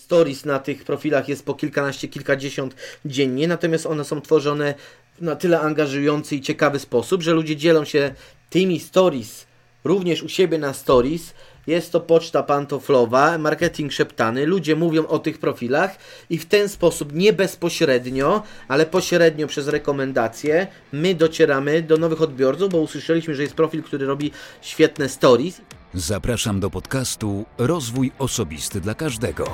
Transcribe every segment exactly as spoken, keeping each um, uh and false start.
stories na tych profilach jest po kilkanaście, kilkadziesiąt dziennie, natomiast one są tworzone na tyle angażujący i ciekawy sposób, że ludzie dzielą się tymi stories również u siebie na stories. Jest to poczta pantoflowa, marketing szeptany, ludzie mówią o tych profilach i w ten sposób nie bezpośrednio, ale pośrednio przez rekomendacje my docieramy do nowych odbiorców, bo usłyszeliśmy, że jest profil, który robi świetne stories. Zapraszam do podcastu Rozwój Osobisty dla Każdego.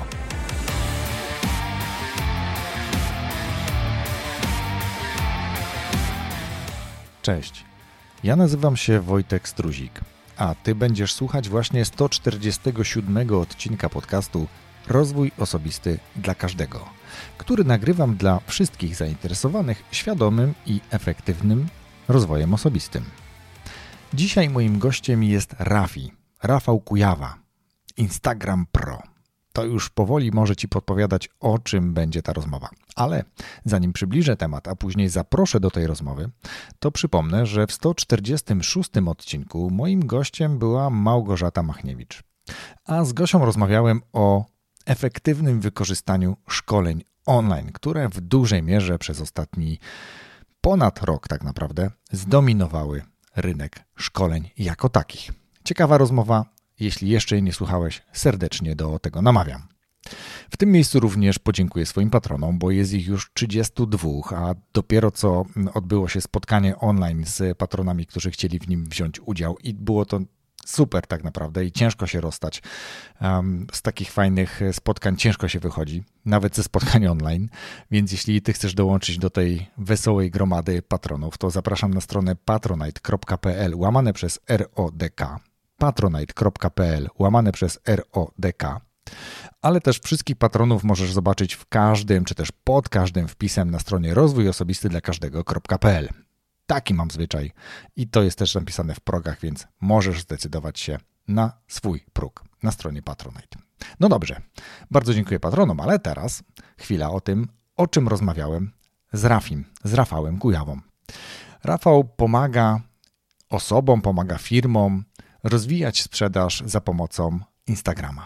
Cześć, ja nazywam się Wojtek Struzik, a Ty będziesz słuchać właśnie sto czterdziestego siódmego odcinka podcastu Rozwój Osobisty dla Każdego, który nagrywam dla wszystkich zainteresowanych świadomym i efektywnym rozwojem osobistym. Dzisiaj moim gościem jest Rafi, Rafał Kujawa, Instagram Pro. To już powoli może Ci podpowiadać, o czym będzie ta rozmowa. Ale zanim przybliżę temat, a później zaproszę do tej rozmowy, to przypomnę, że w sto czterdziestym szóstym odcinku moim gościem była Małgorzata Machniewicz. A z Gosią rozmawiałem o efektywnym wykorzystaniu szkoleń online, które w dużej mierze przez ostatni ponad rok tak naprawdę zdominowały rynek szkoleń jako takich. Ciekawa rozmowa. Jeśli jeszcze jej nie słuchałeś, serdecznie do tego namawiam. W tym miejscu również podziękuję swoim patronom, bo jest ich już trzydziestu dwóch, a dopiero co odbyło się spotkanie online z patronami, którzy chcieli w nim wziąć udział i było to super tak naprawdę i ciężko się rozstać. Um, z takich fajnych spotkań ciężko się wychodzi, nawet ze spotkań online, więc jeśli Ty chcesz dołączyć do tej wesołej gromady patronów, to zapraszam na stronę patronite.pl łamane przez R O D K. patronite.pl łamane przez R O D K, ale też wszystkich patronów możesz zobaczyć w każdym, czy też pod każdym wpisem na stronie rozwój osobisty dla każdego kropka p l. Taki mam zwyczaj i to jest też napisane w progach, więc możesz zdecydować się na swój próg na stronie Patronite. No dobrze, bardzo dziękuję patronom, ale teraz chwila o tym, o czym rozmawiałem z Rafim, z Rafałem Kujawą. Rafał pomaga osobom, pomaga firmom rozwijać sprzedaż za pomocą Instagrama.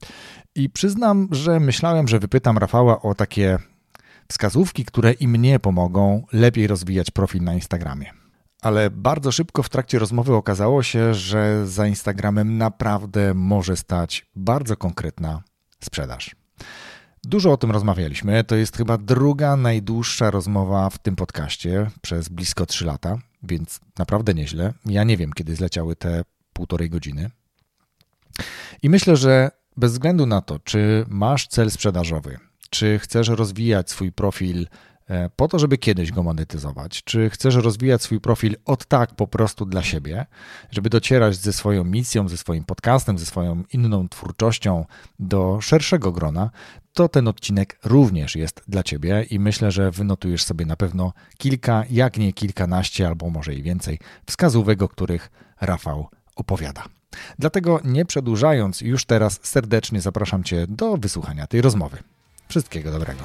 I przyznam, że myślałem, że wypytam Rafała o takie wskazówki, które i mnie pomogą lepiej rozwijać profil na Instagramie. Ale bardzo szybko w trakcie rozmowy okazało się, że za Instagramem naprawdę może stać bardzo konkretna sprzedaż. Dużo o tym rozmawialiśmy. To jest chyba druga najdłuższa rozmowa w tym podcaście przez blisko trzy lata, więc naprawdę nieźle. Ja nie wiem, kiedy zleciały te półtorej godziny. I myślę, że bez względu na to, czy masz cel sprzedażowy, czy chcesz rozwijać swój profil po to, żeby kiedyś go monetyzować, czy chcesz rozwijać swój profil od tak po prostu dla siebie, żeby docierać ze swoją misją, ze swoim podcastem, ze swoją inną twórczością do szerszego grona, to ten odcinek również jest dla Ciebie i myślę, że wynotujesz sobie na pewno kilka, jak nie kilkanaście, albo może i więcej wskazówek, o których Rafał opowiada. Dlatego nie przedłużając, już teraz serdecznie zapraszam Cię do wysłuchania tej rozmowy. Wszystkiego dobrego.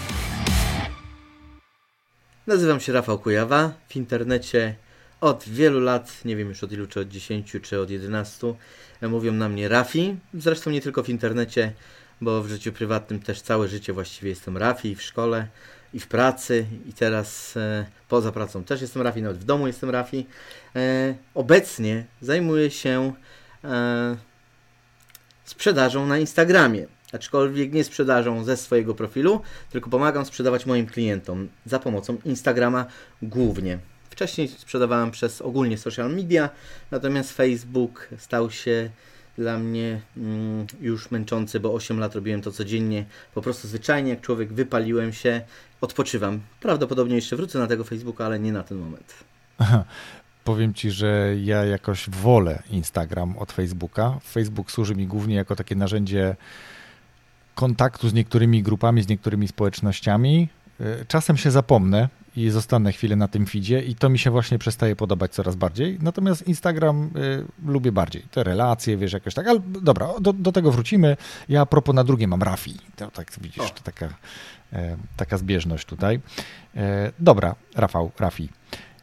Nazywam się Rafał Kujawa. W internecie od wielu lat, nie wiem już od ilu, czy od dziesięciu, czy od jedenastu, mówią na mnie Rafi. Zresztą nie tylko w internecie, bo w życiu prywatnym też całe życie właściwie jestem Rafi, i w szkole, i w pracy, i teraz e, poza pracą też jestem Rafi, nawet w domu jestem Rafi. E, obecnie zajmuję się e, sprzedażą na Instagramie. Aczkolwiek nie sprzedażą ze swojego profilu, tylko pomagam sprzedawać moim klientom za pomocą Instagrama głównie. Wcześniej sprzedawałem przez ogólnie social media, natomiast Facebook stał się dla mnie mm, już męczący, bo osiem lat robiłem to codziennie. Po prostu zwyczajnie jak człowiek wypaliłem się, odpoczywam. Prawdopodobnie jeszcze wrócę na tego Facebooka, ale nie na ten moment. Aha. Powiem Ci, że ja jakoś wolę Instagram od Facebooka. Facebook służy mi głównie jako takie narzędzie kontaktu z niektórymi grupami, z niektórymi społecznościami. Czasem się zapomnę i zostanę chwilę na tym feedzie i to mi się właśnie przestaje podobać coraz bardziej. Natomiast Instagram y, lubię bardziej. Te relacje, wiesz, jakoś tak. Ale dobra, do, do tego wrócimy. Ja a propos na drugie mam Rafi. To tak widzisz, to taka, e, taka zbieżność tutaj. E, dobra, Rafał, Rafi.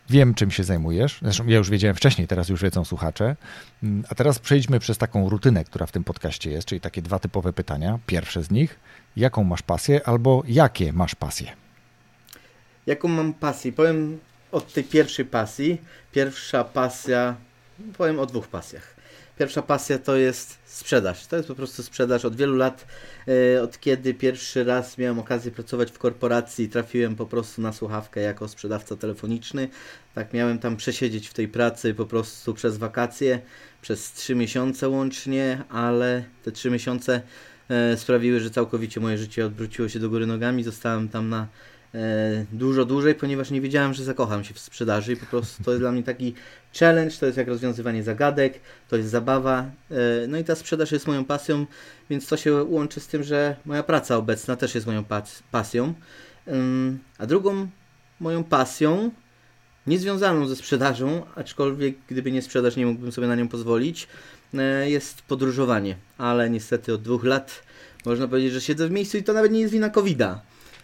Wiem, czym się zajmujesz. Zresztą ja już wiedziałem wcześniej, teraz już wiedzą słuchacze. A teraz przejdźmy przez taką rutynę, która w tym podcaście jest, czyli takie dwa typowe pytania. Pierwsze z nich, jaką masz pasję albo jakie masz pasje? Jaką mam pasję? Powiem od tej pierwszej pasji. Pierwsza pasja, powiem o dwóch pasjach. Pierwsza pasja to jest sprzedaż. To jest po prostu sprzedaż od wielu lat. Yy, od kiedy pierwszy raz miałem okazję pracować w korporacji, trafiłem po prostu na słuchawkę jako sprzedawca telefoniczny. Tak, miałem tam przesiedzieć w tej pracy po prostu przez wakacje, przez trzy miesiące łącznie, ale te trzy miesiące yy, sprawiły, że całkowicie moje życie odwróciło się do góry nogami. Zostałem tam na dużo dłużej, ponieważ nie wiedziałem, że zakocham się w sprzedaży i po prostu to jest dla mnie taki challenge, to jest jak rozwiązywanie zagadek, to jest zabawa, no i ta sprzedaż jest moją pasją, więc to się łączy z tym, że moja praca obecna też jest moją pas- pasją, a drugą moją pasją, niezwiązaną ze sprzedażą, aczkolwiek gdyby nie sprzedaż, nie mógłbym sobie na nią pozwolić, jest podróżowanie, ale niestety od dwóch lat można powiedzieć, że siedzę w miejscu i to nawet nie jest wina kowida.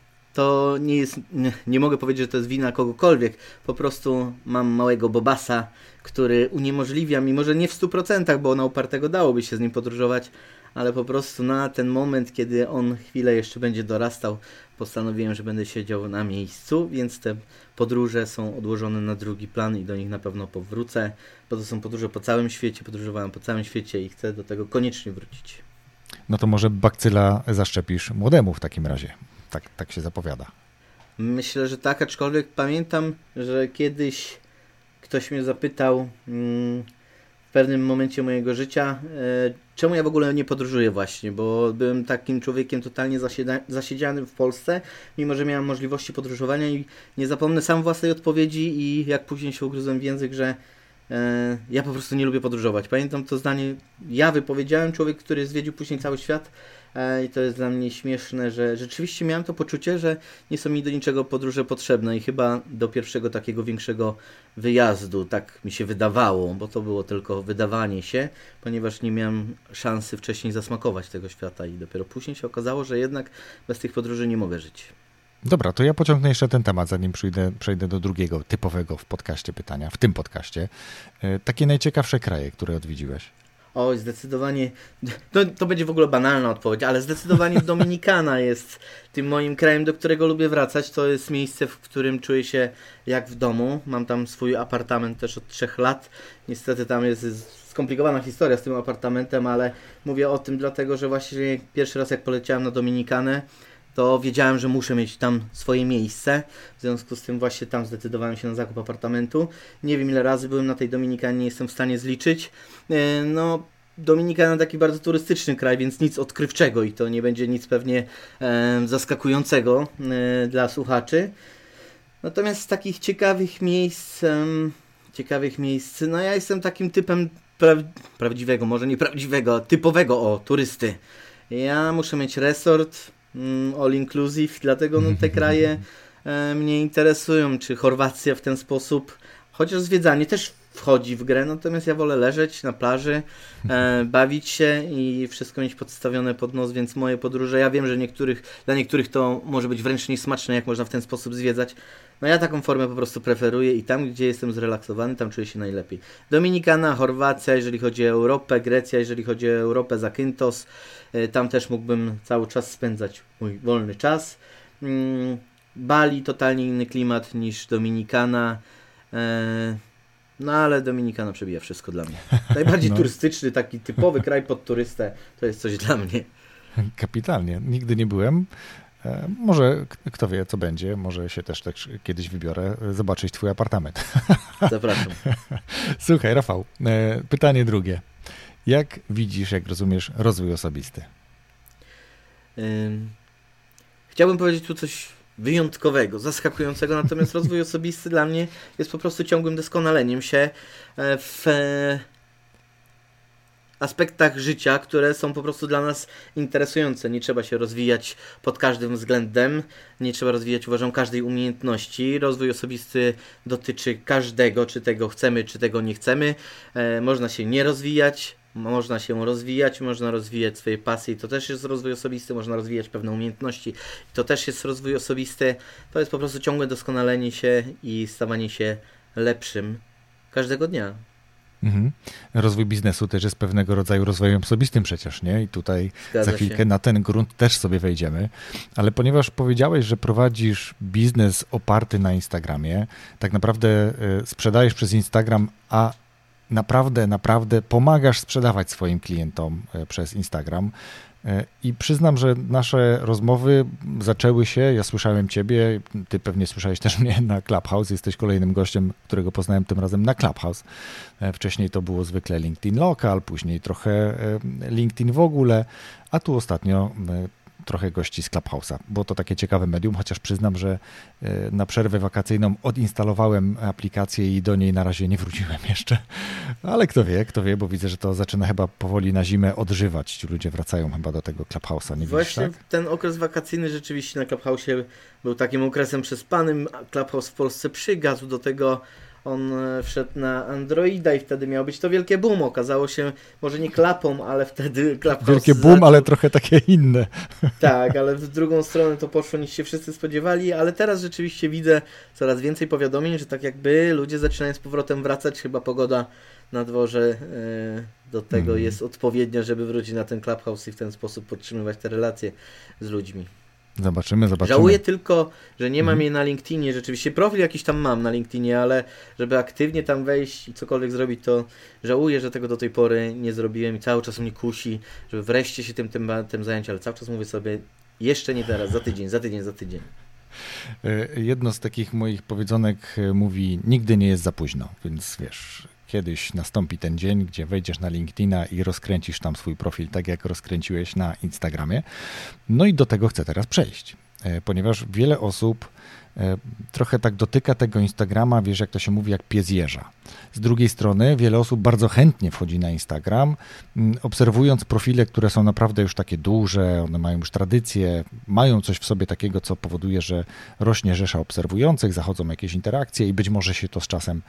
To nie jest, nie, nie mogę powiedzieć, że to jest wina kogokolwiek, po prostu mam małego bobasa, który uniemożliwia mi, może nie w stu procentach, bo na upartego dałoby się z nim podróżować, ale po prostu na ten moment, kiedy on chwilę jeszcze będzie dorastał, postanowiłem, że będę siedział na miejscu, więc te podróże są odłożone na drugi plan i do nich na pewno powrócę, bo to są podróże po całym świecie, podróżowałem po całym świecie i chcę do tego koniecznie wrócić. No to może bakcyla zaszczepisz młodemu w takim razie. Tak, tak się zapowiada. Myślę, że tak, aczkolwiek pamiętam, że kiedyś ktoś mnie zapytał mm, w pewnym momencie mojego życia, e, czemu ja w ogóle nie podróżuję właśnie, bo byłem takim człowiekiem totalnie zasieda- zasiedzianym w Polsce, mimo że miałem możliwości podróżowania i nie zapomnę sam własnej odpowiedzi i jak później się ugryzłem w język, że e, ja po prostu nie lubię podróżować. Pamiętam to zdanie, ja wypowiedziałem, człowiek, który zwiedził później cały świat. I to jest dla mnie śmieszne, że rzeczywiście miałem to poczucie, że nie są mi do niczego podróże potrzebne i chyba do pierwszego takiego większego wyjazdu, tak mi się wydawało, bo to było tylko wydawanie się, ponieważ nie miałem szansy wcześniej zasmakować tego świata i dopiero później się okazało, że jednak bez tych podróży nie mogę żyć. Dobra, to ja pociągnę jeszcze ten temat, zanim przyjdę, przejdę do drugiego typowego w podcaście pytania, w tym podcaście. Takie najciekawsze kraje, które odwiedziłeś. Oj, zdecydowanie, to, to będzie w ogóle banalna odpowiedź, ale zdecydowanie Dominikana jest tym moim krajem, do którego lubię wracać. To jest miejsce, w którym czuję się jak w domu. Mam tam swój apartament też od trzech lat. Niestety tam jest skomplikowana historia z tym apartamentem, ale mówię o tym dlatego, że właśnie pierwszy raz jak poleciałem na Dominikanę, to wiedziałem, że muszę mieć tam swoje miejsce. W związku z tym właśnie tam zdecydowałem się na zakup apartamentu. Nie wiem, ile razy byłem na tej Dominikanie, nie jestem w stanie zliczyć. No, Dominikana taki bardzo turystyczny kraj, więc nic odkrywczego i to nie będzie nic pewnie e, zaskakującego e, dla słuchaczy. Natomiast z takich ciekawych miejsc, e, ciekawych miejsc, no ja jestem takim typem pra- prawdziwego, może nie prawdziwego, typowego o turysty. Ja muszę mieć resort, all inclusive, dlatego no, te kraje e, mnie interesują, czy Chorwacja w ten sposób, chociaż zwiedzanie też wchodzi w grę, natomiast ja wolę leżeć na plaży, e, bawić się i wszystko mieć podstawione pod nos, więc moje podróże, ja wiem, że niektórych, dla niektórych to może być wręcz niesmaczne, jak można w ten sposób zwiedzać. No ja taką formę po prostu preferuję i tam, gdzie jestem zrelaksowany, tam czuję się najlepiej. Dominikana, Chorwacja, jeżeli chodzi o Europę, Grecja, jeżeli chodzi o Europę, Zakynthos, e, tam też mógłbym cały czas spędzać mój wolny czas. Mm, Bali, totalnie inny klimat niż Dominikana, e, no ale Dominikana przebija wszystko dla mnie. Najbardziej no. turystyczny, taki typowy kraj pod turystę, to jest coś dla mnie. Kapitalnie. Nigdy nie byłem. Może kto wie, co będzie. Może się też tak kiedyś wybiorę zobaczyć twój apartament. Zapraszam. Słuchaj, Rafał, pytanie drugie. Jak widzisz, jak rozumiesz rozwój osobisty? Ym, chciałbym powiedzieć tu coś wyjątkowego, zaskakującego, natomiast rozwój osobisty dla mnie jest po prostu ciągłym doskonaleniem się w aspektach życia, które są po prostu dla nas interesujące. Nie trzeba się rozwijać pod każdym względem, nie trzeba rozwijać, uważam, każdej umiejętności. Rozwój osobisty dotyczy każdego, czy tego chcemy, czy tego nie chcemy. E, można się nie rozwijać, można się rozwijać, można rozwijać swoje pasje, to też jest rozwój osobisty, można rozwijać pewne umiejętności, to też jest rozwój osobisty. To jest po prostu ciągłe doskonalenie się i stawanie się lepszym każdego dnia. Mhm. Rozwój biznesu też jest pewnego rodzaju rozwojem osobistym przecież, nie? I tutaj Zgadza za chwilkę się. na ten grunt też sobie wejdziemy. Ale ponieważ powiedziałeś, że prowadzisz biznes oparty na Instagramie, tak naprawdę y, sprzedajesz przez Instagram, a naprawdę, naprawdę pomagasz sprzedawać swoim klientom y, przez Instagram. I przyznam, że nasze rozmowy zaczęły się, ja słyszałem ciebie, ty pewnie słyszałeś też mnie na Clubhouse, jesteś kolejnym gościem, którego poznałem tym razem na Clubhouse. Wcześniej to było zwykle LinkedIn Local, później trochę LinkedIn w ogóle, a tu ostatnio trochę gości z Clubhouse'a. Było to takie ciekawe medium, chociaż przyznam, że na przerwę wakacyjną odinstalowałem aplikację i do niej na razie nie wróciłem jeszcze. Ale kto wie, kto wie, bo widzę, że to zaczyna chyba powoli na zimę odżywać. Ci ludzie wracają chyba do tego Clubhouse'a, nie Właśnie widzisz, tak? ten okres wakacyjny rzeczywiście na Clubhouse'ie był takim okresem przespanym. Clubhouse w Polsce przygasł, do tego on wszedł na Androida i wtedy miał być to wielkie boom. Okazało się, może nie klapą, ale wtedy Clubhouse Wielkie boom, zaczął... ale trochę takie inne. Tak, ale w drugą stronę to poszło niż się wszyscy spodziewali, ale teraz rzeczywiście widzę coraz więcej powiadomień, że tak jakby ludzie zaczynają z powrotem wracać, chyba pogoda na dworze e, do tego Mhm. jest odpowiednia, żeby wrócić na ten Clubhouse i w ten sposób podtrzymywać te relacje z ludźmi. Zobaczymy, zobaczymy. Żałuję tylko, że nie mam Mhm. jej na LinkedInie. Rzeczywiście profil jakiś tam mam na LinkedInie, ale żeby aktywnie tam wejść i cokolwiek zrobić, to żałuję, że tego do tej pory nie zrobiłem i cały czas mnie kusi, żeby wreszcie się tym, tym, tym zająć, ale cały czas mówię sobie, jeszcze nie teraz, za tydzień, za tydzień, za tydzień. Jedno z takich moich powiedzonek mówi, nigdy nie jest za późno, więc wiesz, kiedyś nastąpi ten dzień, gdzie wejdziesz na LinkedIna i rozkręcisz tam swój profil, tak jak rozkręciłeś na Instagramie. No i do tego chcę teraz przejść, ponieważ wiele osób trochę tak dotyka tego Instagrama, wiesz, jak to się mówi, jak pies jeża. Z drugiej strony wiele osób bardzo chętnie wchodzi na Instagram, obserwując profile, które są naprawdę już takie duże, one mają już tradycję, mają coś w sobie takiego, co powoduje, że rośnie rzesza obserwujących, zachodzą jakieś interakcje i być może się to z czasem,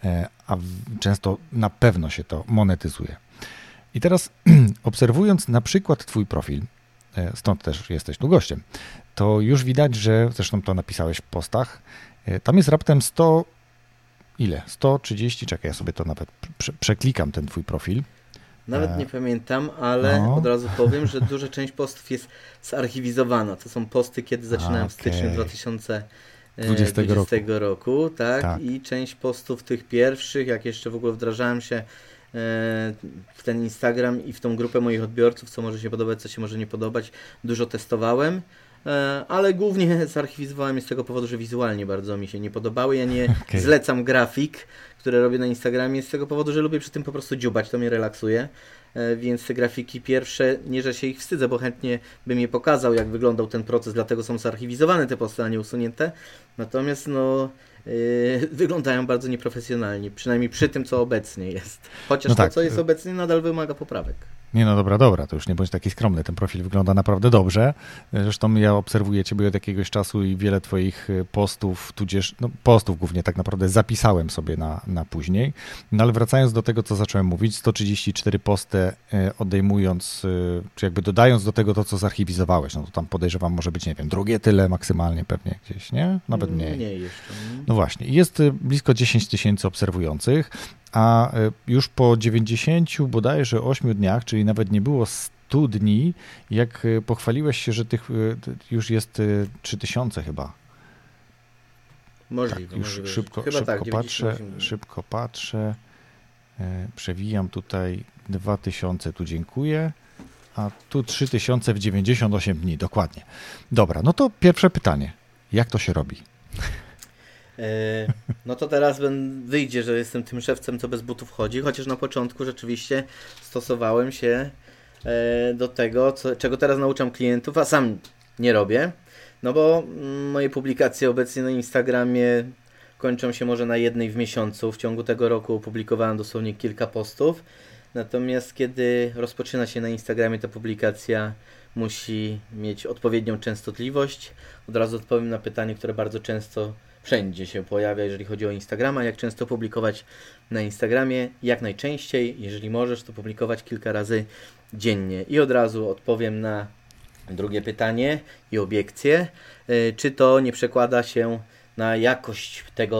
a często na pewno się to monetyzuje. I teraz obserwując na przykład twój profil, stąd też jesteś tu gościem, to już widać, że, zresztą to napisałeś w postach, tam jest raptem sto, ile? sto trzydzieści, czekaj, ja sobie to nawet prze, przeklikam ten twój profil. Nawet E... nie pamiętam, ale no. od razu powiem, że duża część postów jest zarchiwizowana. To są posty, kiedy zaczynałem w okay. styczniu dwa tysiące dwudziestego dwudziestego roku, roku tak? tak? I część postów tych pierwszych, jak jeszcze w ogóle wdrażałem się w ten Instagram i w tą grupę moich odbiorców, co może się podobać, co się może nie podobać, dużo testowałem. Ale głównie zarchiwizowałem je z tego powodu, że wizualnie bardzo mi się nie podobały. Ja nie okay. zlecam grafik, które robię na Instagramie, z tego powodu, że lubię przy tym po prostu dziubać, to mnie relaksuje. Więc te grafiki pierwsze, nie że się ich wstydzę, bo chętnie bym je pokazał, jak wyglądał ten proces, dlatego są zarchiwizowane te posty, a nie usunięte. Natomiast no yy, wyglądają bardzo nieprofesjonalnie, przynajmniej przy tym, co obecnie jest. Chociaż no to, tak. co jest obecnie, nadal wymaga poprawek. Nie, no dobra, dobra, to już nie bądź taki skromny, ten profil wygląda naprawdę dobrze. Zresztą ja obserwuję Ciebie od jakiegoś czasu i wiele Twoich postów, tudzież, no postów głównie tak naprawdę zapisałem sobie na, na później. No ale wracając do tego, co zacząłem mówić, sto trzydzieści cztery posty odejmując, czy jakby dodając do tego to, co zarchiwizowałeś, no to tam podejrzewam może być, nie wiem, drugie tyle maksymalnie pewnie gdzieś, nie? Nawet mniej. Mniej jeszcze. No właśnie, jest blisko dziesięć tysięcy obserwujących, a już po dziewięćdziesięciu bodajże ośmiu dniach, czyli nawet nie było stu dni, jak pochwaliłeś się, że tych już jest trzy tysiące chyba. Możliwe. Tak, już możliwe. szybko, Chyba szybko tak, patrzę, szybko patrzę, przewijam tutaj dwa tysiące, tu dziękuję, a tu trzy tysiące w dziewięćdziesiąt osiem dni, dokładnie. Dobra, no to pierwsze pytanie, jak to się robi? No to teraz wyjdzie, że jestem tym szewcem, co bez butów chodzi, chociaż na początku rzeczywiście stosowałem się do tego, co, czego teraz nauczam klientów, a sam nie robię, no bo moje publikacje obecnie na Instagramie kończą się może na jednej w miesiącu. W ciągu tego roku opublikowałem dosłownie kilka postów, natomiast kiedy rozpoczyna się na Instagramie ta publikacja, musi mieć odpowiednią częstotliwość. Od razu odpowiem na pytanie, które bardzo często wszędzie się pojawia, jeżeli chodzi o Instagrama. Jak często publikować na Instagramie? Jak najczęściej, jeżeli możesz, to publikować kilka razy dziennie. I od razu odpowiem na drugie pytanie i obiekcję. Czy to nie przekłada się na jakość tego,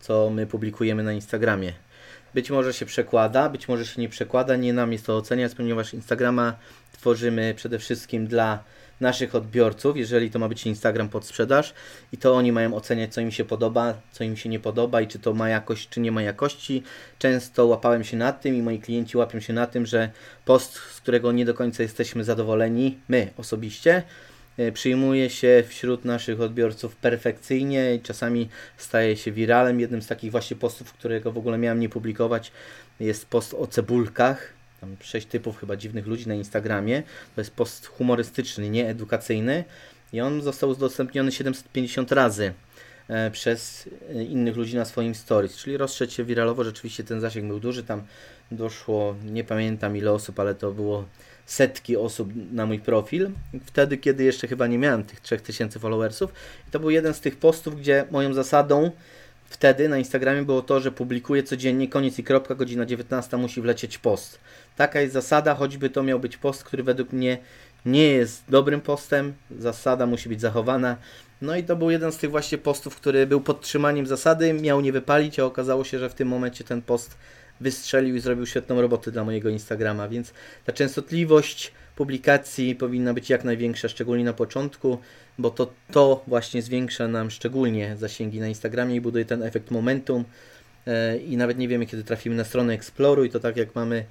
co my publikujemy na Instagramie. Być może się przekłada, być może się nie przekłada, nie nam jest to oceniać, ponieważ Instagrama tworzymy przede wszystkim dla naszych odbiorców, jeżeli to ma być Instagram pod sprzedaż i to oni mają oceniać, co im się podoba, co im się nie podoba i czy to ma jakość, czy nie ma jakości. Często łapałem się na tym i moi klienci łapią się na tym, że post, z którego nie do końca jesteśmy zadowoleni, my osobiście, przyjmuje się wśród naszych odbiorców perfekcyjnie i czasami staje się wiralem. Jednym z takich właśnie postów, którego w ogóle miałem nie publikować, jest post o cebulkach. Tam sześć typów chyba dziwnych ludzi na Instagramie. To jest post humorystyczny, nie edukacyjny. I on został udostępniony siedemset pięćdziesiąt razy e, przez innych ludzi na swoim stories. Czyli rozszedł się wiralowo. Rzeczywiście ten zasięg był duży. Tam doszło, nie pamiętam ile osób, ale to było setki osób na mój profil. Wtedy, kiedy jeszcze chyba nie miałem tych trzech tysięcy followersów. I to był jeden z tych postów, gdzie moją zasadą wtedy na Instagramie było to, że publikuję codziennie, koniec i kropka, godzina dziewiętnasta musi wlecieć post. Taka jest zasada, choćby to miał być post, który według mnie nie jest dobrym postem. Zasada musi być zachowana. No i to był jeden z tych właśnie postów, który był podtrzymaniem zasady, miał nie wypalić, a okazało się, że w tym momencie ten post wystrzelił i zrobił świetną robotę dla mojego Instagrama, więc ta częstotliwość publikacji powinna być jak największa, szczególnie na początku, bo to, to właśnie zwiększa nam szczególnie zasięgi na Instagramie i buduje ten efekt momentum yy, i nawet nie wiemy, kiedy trafimy na stronę Exploruj, to tak jak mamy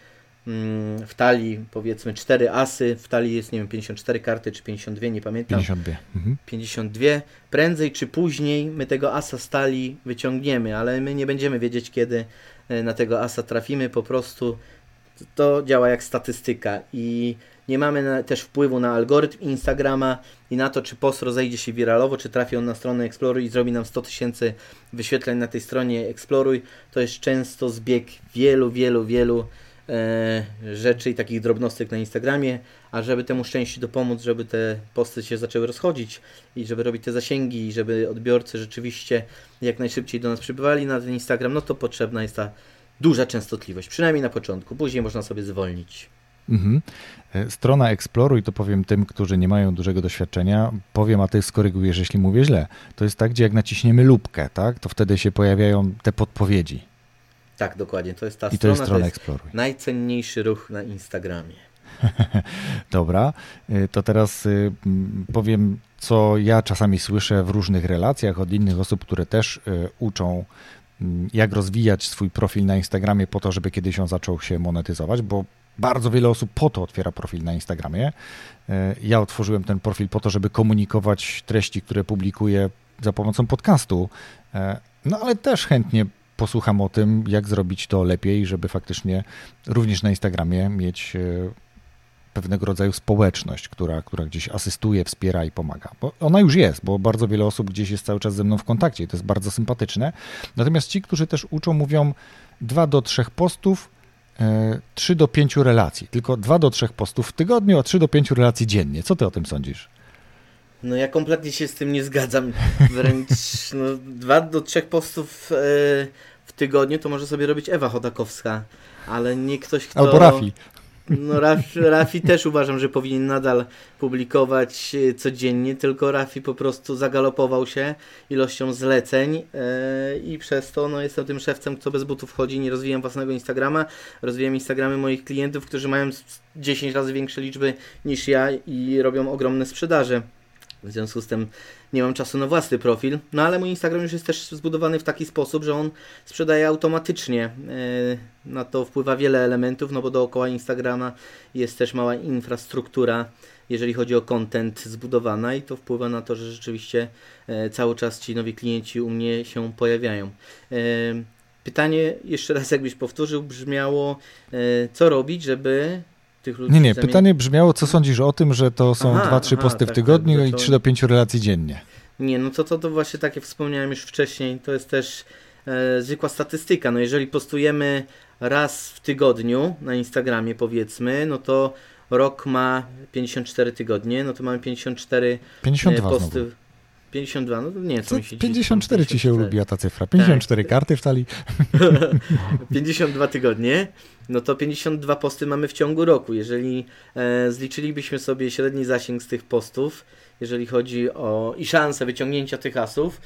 mm, w talii powiedzmy cztery asy, w talii jest nie wiem pięćdziesiąt cztery karty czy pięćdziesiąt dwie, nie pamiętam. pięćdziesiąt dwie. Mhm. pięćdziesiąt dwie. Prędzej czy później my tego asa z talii wyciągniemy, ale my nie będziemy wiedzieć, kiedy na tego asa trafimy, po prostu to działa jak statystyka i nie mamy na, też wpływu na algorytm Instagrama i na to, czy post rozejdzie się wiralowo, czy trafi on na stronę Exploruj i zrobi nam sto tysięcy wyświetleń na tej stronie Exploruj. To jest często zbieg wielu, wielu, wielu e, rzeczy i takich drobnostek na Instagramie, a żeby temu szczęściu dopomóc, żeby te posty się zaczęły rozchodzić i żeby robić te zasięgi i żeby odbiorcy rzeczywiście jak najszybciej do nas przybywali na ten Instagram, no to potrzebna jest ta duża częstotliwość, przynajmniej na początku, później można sobie zwolnić. Mhm. Strona Exploruj, to powiem tym, którzy nie mają dużego doświadczenia, powiem, a ty skorygujesz, jeśli mówię źle. To jest tak, gdzie jak naciśniemy lupkę, tak, to wtedy się pojawiają te podpowiedzi. Tak, dokładnie, to jest ta I strona, to jest strona to jest Exploruj. Najcenniejszy ruch na Instagramie. Dobra, to teraz powiem, co ja czasami słyszę w różnych relacjach od innych osób, które też uczą, jak rozwijać swój profil na Instagramie po to, żeby kiedyś on zaczął się monetyzować, bo bardzo wiele osób po to otwiera profil na Instagramie. Ja otworzyłem ten profil po to, żeby komunikować treści, które publikuję za pomocą podcastu, no ale też chętnie posłucham o tym, jak zrobić to lepiej, żeby faktycznie również na Instagramie mieć pewnego rodzaju społeczność, która, która gdzieś asystuje, wspiera i pomaga. Bo ona już jest, bo bardzo wiele osób gdzieś jest cały czas ze mną w kontakcie i to jest bardzo sympatyczne. Natomiast ci, którzy też uczą, mówią dwa do trzech postów, trzy do pięciu relacji. Tylko dwa do trzech postów w tygodniu, a trzy do pięciu relacji dziennie. Co ty o tym sądzisz? No ja kompletnie się z tym nie zgadzam. Wręcz no, dwa do trzech postów yy, w tygodniu to może sobie robić Ewa Chodakowska, ale nie ktoś, kto... Albo Rafi. No Rafi, Rafi też uważam, że powinien nadal publikować codziennie, tylko Rafi po prostu zagalopował się ilością zleceń yy, i przez to no, jestem tym szewcem, kto bez butów chodzi, nie rozwijam własnego Instagrama, rozwijam Instagramy moich klientów, którzy mają dziesięć razy większe liczby niż ja i robią ogromne sprzedaże. W związku z tym nie mam czasu na własny profil, no ale mój Instagram już jest też zbudowany w taki sposób, że on sprzedaje automatycznie. Na to wpływa wiele elementów, no bo dookoła Instagrama jest też mała infrastruktura, jeżeli chodzi o content zbudowana i to wpływa na to, że rzeczywiście cały czas ci nowi klienci u mnie się pojawiają. Pytanie, jeszcze raz jakbyś powtórzył, brzmiało, co robić, żeby... Nie, nie, pytanie brzmiało, co sądzisz o tym, że to są aha, dwa, trzy aha, posty tak, w tygodniu tak, i trzy do pięciu relacji dziennie. Nie, no to, to, to właśnie tak jak wspomniałem już wcześniej, to jest też e, zwykła statystyka. No jeżeli postujemy raz w tygodniu na Instagramie powiedzmy, no to rok ma pięćdziesiąt cztery tygodnie, no to mamy pięćdziesiąt cztery pięćdziesiąt dwa posty. Znowu. pięćdziesiąt dwa, no nie co, co mi się pięćdziesiąt cztery ci się ulubiła ta cyfra. pięćdziesiąt cztery tak. Karty w talii. pięćdziesiąt dwa tygodnie, no to pięćdziesiąt dwa posty mamy w ciągu roku. Jeżeli e, zliczylibyśmy sobie średni zasięg z tych postów, jeżeli chodzi o i szansę wyciągnięcia tych asów,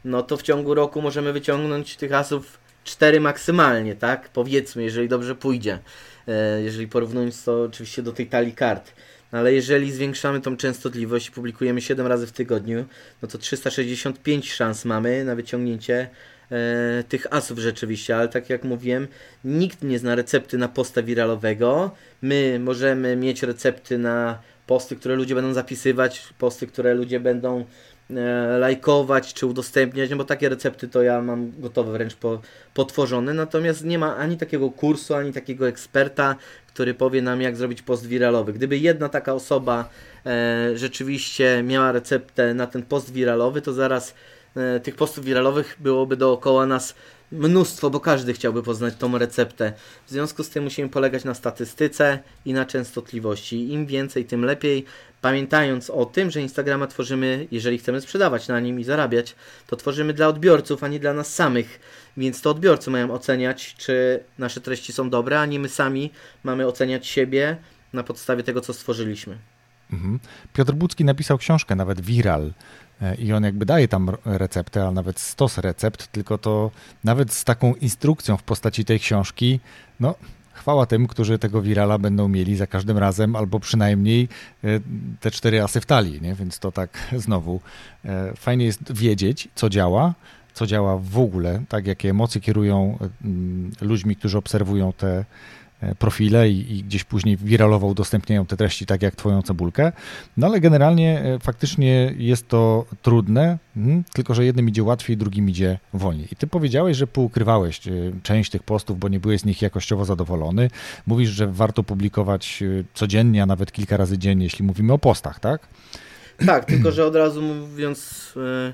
no to w ciągu roku możemy wyciągnąć tych asów cztery maksymalnie, tak? Powiedzmy, jeżeli dobrze pójdzie. Jeżeli porównując to oczywiście do tej talii kart. Ale jeżeli zwiększamy tą częstotliwość i publikujemy siedem razy w tygodniu, no to trzysta sześćdziesiąt pięć szans mamy na wyciągnięcie e, tych asów rzeczywiście, ale tak jak mówiłem, nikt nie zna recepty na posta wiralowego. My możemy mieć recepty na posty, które ludzie będą zapisywać, posty, które ludzie będą e, lajkować czy udostępniać, no bo takie recepty to ja mam gotowe, wręcz po, potworzone, natomiast nie ma ani takiego kursu, ani takiego eksperta, który powie nam, jak zrobić post wiralowy. Gdyby jedna taka osoba e, rzeczywiście miała receptę na ten post wiralowy, to zaraz e, tych postów wiralowych byłoby dookoła nas mnóstwo, bo każdy chciałby poznać tą receptę. W związku z tym musimy polegać na statystyce i na częstotliwości. Im więcej, tym lepiej. Pamiętając o tym, że Instagrama tworzymy, jeżeli chcemy sprzedawać na nim i zarabiać, to tworzymy dla odbiorców, a nie dla nas samych. Więc to odbiorcy mają oceniać, czy nasze treści są dobre, a nie my sami mamy oceniać siebie na podstawie tego, co stworzyliśmy. Mhm. Piotr Budzki napisał książkę, nawet Viral, i on jakby daje tam receptę, a nawet stos recept, tylko to nawet z taką instrukcją w postaci tej książki, no chwała tym, którzy tego Virala będą mieli za każdym razem, albo przynajmniej te cztery asy w talii, nie? Więc to tak znowu fajnie jest wiedzieć, co działa, co działa w ogóle, tak, jakie emocje kierują ludźmi, którzy obserwują te profile i, i gdzieś później wiralowo udostępniają te treści, tak jak twoją cebulkę. No ale generalnie faktycznie jest to trudne, hmm, tylko że jednym idzie łatwiej, drugim idzie wolniej. I ty powiedziałeś, że poukrywałeś część tych postów, bo nie byłeś z nich jakościowo zadowolony. Mówisz, że warto publikować codziennie, a nawet kilka razy dziennie, jeśli mówimy o postach, tak? Tak, tylko że od razu mówiąc,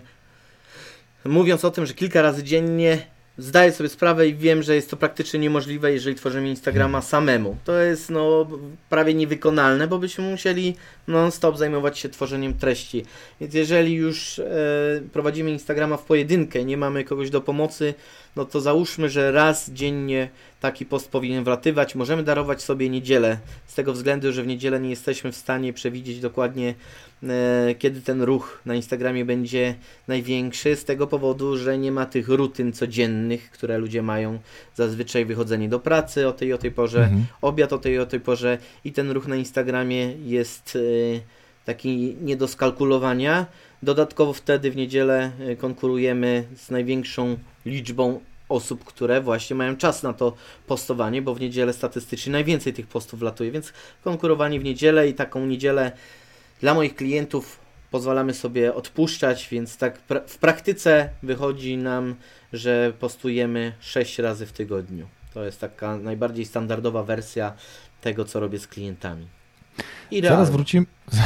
yy, mówiąc o tym, że kilka razy dziennie, zdaję sobie sprawę i wiem, że jest to praktycznie niemożliwe, jeżeli tworzymy Instagrama samemu. To jest no prawie niewykonalne, bo byśmy musieli non-stop zajmować się tworzeniem treści. Więc jeżeli już e, prowadzimy Instagrama w pojedynkę, nie mamy kogoś do pomocy, no to załóżmy, że raz dziennie taki post powinien wlatywać. Możemy darować sobie niedzielę, z tego względu, że w niedzielę nie jesteśmy w stanie przewidzieć dokładnie, e, kiedy ten ruch na Instagramie będzie największy, z tego powodu, że nie ma tych rutyn codziennych, które ludzie mają. Zazwyczaj wychodzenie do pracy o tej o tej porze, mhm. obiad o tej o tej porze i ten ruch na Instagramie jest e, taki nie do skalkulowania. Dodatkowo wtedy w niedzielę konkurujemy z największą liczbą osób, które właśnie mają czas na to postowanie, bo w niedzielę statystycznie najwięcej tych postów wlatuje, więc konkurowanie w niedzielę i taką niedzielę dla moich klientów pozwalamy sobie odpuszczać, więc tak pra- w praktyce wychodzi nam, że postujemy sześć razy w tygodniu. To jest taka najbardziej standardowa wersja tego, co robię z klientami. Zaraz wrócimy,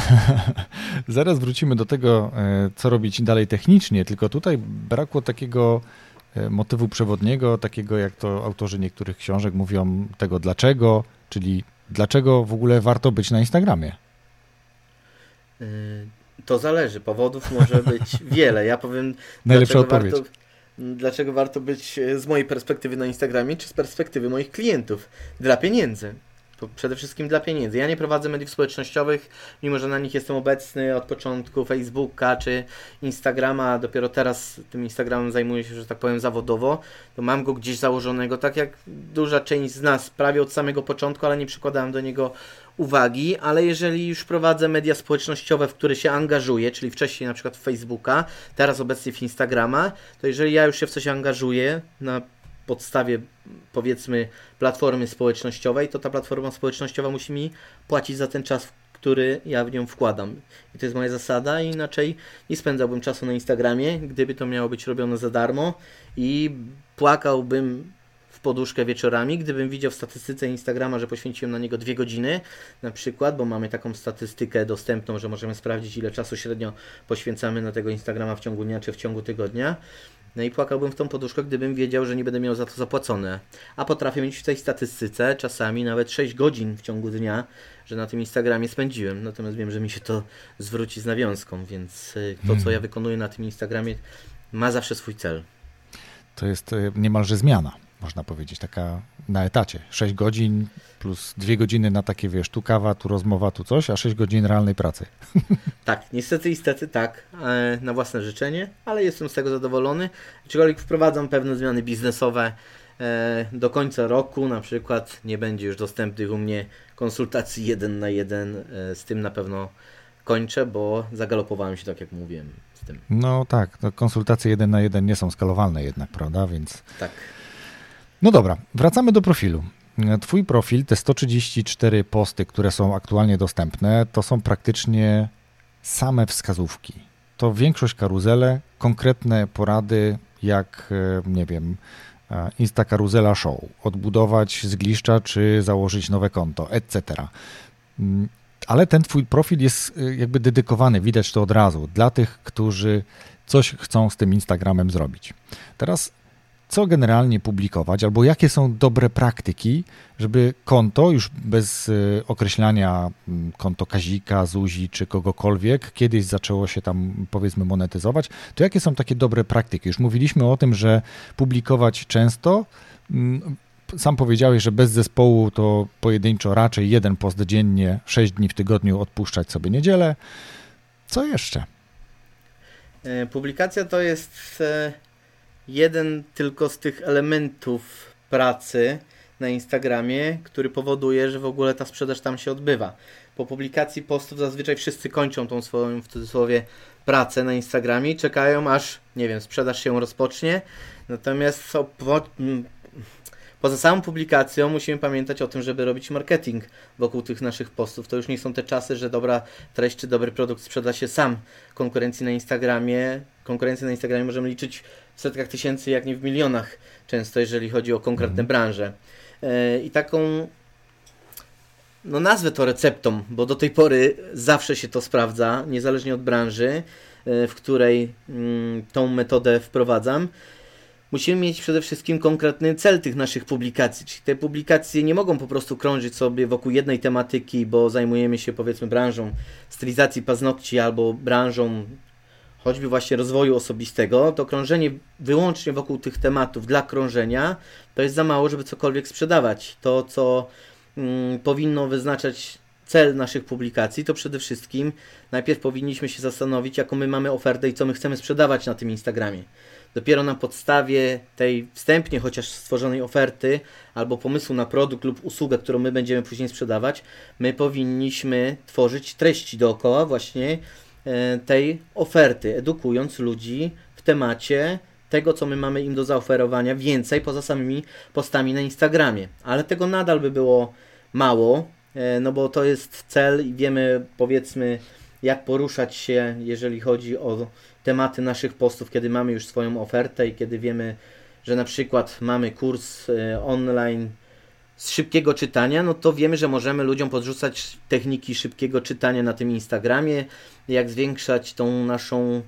zaraz wrócimy do tego, co robić dalej technicznie, tylko tutaj brakło takiego motywu przewodniego, takiego jak to autorzy niektórych książek mówią, tego dlaczego, czyli dlaczego w ogóle warto być na Instagramie? To zależy, powodów może być wiele. Ja powiem, najlepsza odpowiedź. Warto, dlaczego warto być z mojej perspektywy na Instagramie, czy z perspektywy moich klientów? Dla pieniędzy. Przede wszystkim dla pieniędzy. Ja nie prowadzę mediów społecznościowych, mimo że na nich jestem obecny od początku, Facebooka czy Instagrama, dopiero teraz tym Instagramem zajmuję się, że tak powiem, zawodowo, to mam go gdzieś założonego, tak jak duża część z nas, prawie od samego początku, ale nie przykładałem do niego uwagi, ale jeżeli już prowadzę media społecznościowe, w które się angażuję, czyli wcześniej na przykład w Facebooka, teraz obecnie w Instagrama, to jeżeli ja już się w coś angażuję na podstawie, powiedzmy, platformy społecznościowej, to ta platforma społecznościowa musi mi płacić za ten czas, który ja w nią wkładam. I to jest moja zasada, inaczej nie spędzałbym czasu na Instagramie, gdyby to miało być robione za darmo i płakałbym w poduszkę wieczorami, gdybym widział w statystyce Instagrama, że poświęciłem na niego dwie godziny na przykład, bo mamy taką statystykę dostępną, że możemy sprawdzić, ile czasu średnio poświęcamy na tego Instagrama w ciągu dnia czy w ciągu tygodnia. No i płakałbym w tą poduszkę, gdybym wiedział, że nie będę miał za to zapłacone. A potrafię mieć w tej statystyce czasami nawet sześć godzin w ciągu dnia, że na tym Instagramie spędziłem. Natomiast wiem, że mi się to zwróci z nawiązką, więc to, co ja wykonuję na tym Instagramie, ma zawsze swój cel. To jest niemalże zmiana. można powiedzieć, taka na etacie. sześć godzin plus dwie godziny na takie, wiesz, tu kawa, tu rozmowa, tu coś, a sześć godzin realnej pracy. Tak, niestety, niestety tak, na własne życzenie, ale jestem z tego zadowolony. Aczkolwiek wprowadzam pewne zmiany biznesowe do końca roku, na przykład nie będzie już dostępnych u mnie konsultacji jeden na jeden, z tym na pewno kończę, bo zagalopowałem się, tak jak mówiłem, z tym. No tak, to konsultacje jeden na jeden nie są skalowalne jednak, prawda, więc... Tak. No dobra, wracamy do profilu. Twój profil, te sto trzydzieści cztery posty, które są aktualnie dostępne, to są praktycznie same wskazówki. To większość karuzele, konkretne porady, jak, nie wiem, Insta Karuzela Show, odbudować z gliszcza, czy założyć nowe konto, et cetera. Ale ten twój profil jest jakby dedykowany, widać to od razu, dla tych, którzy coś chcą z tym Instagramem zrobić. Teraz co generalnie publikować, albo jakie są dobre praktyki, żeby konto, już bez określania konto Kazika, Zuzi czy kogokolwiek, kiedyś zaczęło się tam, powiedzmy, monetyzować, to jakie są takie dobre praktyki? Już mówiliśmy o tym, że publikować często. Sam powiedziałeś, że bez zespołu to pojedynczo raczej jeden post dziennie, sześć dni w tygodniu, odpuszczać sobie niedzielę. Co jeszcze? Publikacja to jest jeden tylko z tych elementów pracy na Instagramie, który powoduje, że w ogóle ta sprzedaż tam się odbywa. Po publikacji postów zazwyczaj wszyscy kończą tą swoją, w cudzysłowie, pracę na Instagramie i czekają, aż, nie wiem, sprzedaż się rozpocznie. Natomiast po, poza samą publikacją musimy pamiętać o tym, żeby robić marketing wokół tych naszych postów. To już nie są te czasy, że dobra treść czy dobry produkt sprzeda się sam. Konkurencji na Instagramie, konkurencję na Instagramie możemy liczyć w setkach tysięcy, jak nie w milionach często, jeżeli chodzi o konkretne branże. Yy, I taką, no nazwę to receptą, bo do tej pory zawsze się to sprawdza, niezależnie od branży, yy, w której yy, tą metodę wprowadzam. Musimy mieć przede wszystkim konkretny cel tych naszych publikacji, czyli te publikacje nie mogą po prostu krążyć sobie wokół jednej tematyki, bo zajmujemy się, powiedzmy, branżą stylizacji paznokci albo branżą choćby właśnie rozwoju osobistego. To krążenie wyłącznie wokół tych tematów dla krążenia to jest za mało, żeby cokolwiek sprzedawać. To, co mm, powinno wyznaczać cel naszych publikacji, to przede wszystkim najpierw powinniśmy się zastanowić, jaką my mamy ofertę i co my chcemy sprzedawać na tym Instagramie. Dopiero na podstawie tej wstępnie chociaż stworzonej oferty albo pomysłu na produkt lub usługę, którą my będziemy później sprzedawać, my powinniśmy tworzyć treści dookoła właśnie tej oferty, edukując ludzi w temacie tego, co my mamy im do zaoferowania, więcej poza samymi postami na Instagramie. Ale tego nadal by było mało, no bo to jest cel i wiemy, powiedzmy, jak poruszać się, jeżeli chodzi o tematy naszych postów, kiedy mamy już swoją ofertę i kiedy wiemy, że na przykład mamy kurs online z szybkiego czytania, no to wiemy, że możemy ludziom podrzucać techniki szybkiego czytania na tym Instagramie, jak zwiększać tą naszą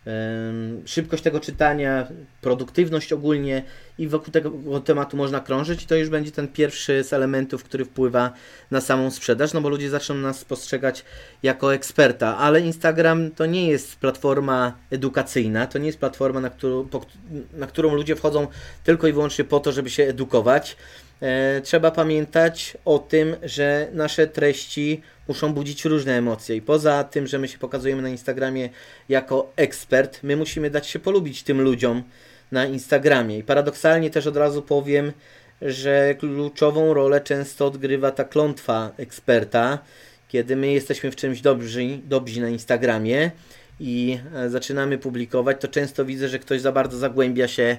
szybkość tego czytania, produktywność ogólnie i wokół tego tematu można krążyć. To już będzie ten pierwszy z elementów, który wpływa na samą sprzedaż, no bo ludzie zaczną nas postrzegać jako eksperta, ale Instagram to nie jest platforma edukacyjna, to nie jest platforma, na którą, po, na którą ludzie wchodzą tylko i wyłącznie po to, żeby się edukować. E, trzeba pamiętać o tym, że nasze treści muszą budzić różne emocje i poza tym, że my się pokazujemy na Instagramie jako ekspert, my musimy dać się polubić tym ludziom na Instagramie. I paradoksalnie też od razu powiem, że kluczową rolę często odgrywa ta klątwa eksperta, kiedy my jesteśmy w czymś dobrzy, dobrzy na Instagramie i zaczynamy publikować, to często widzę, że ktoś za bardzo zagłębia się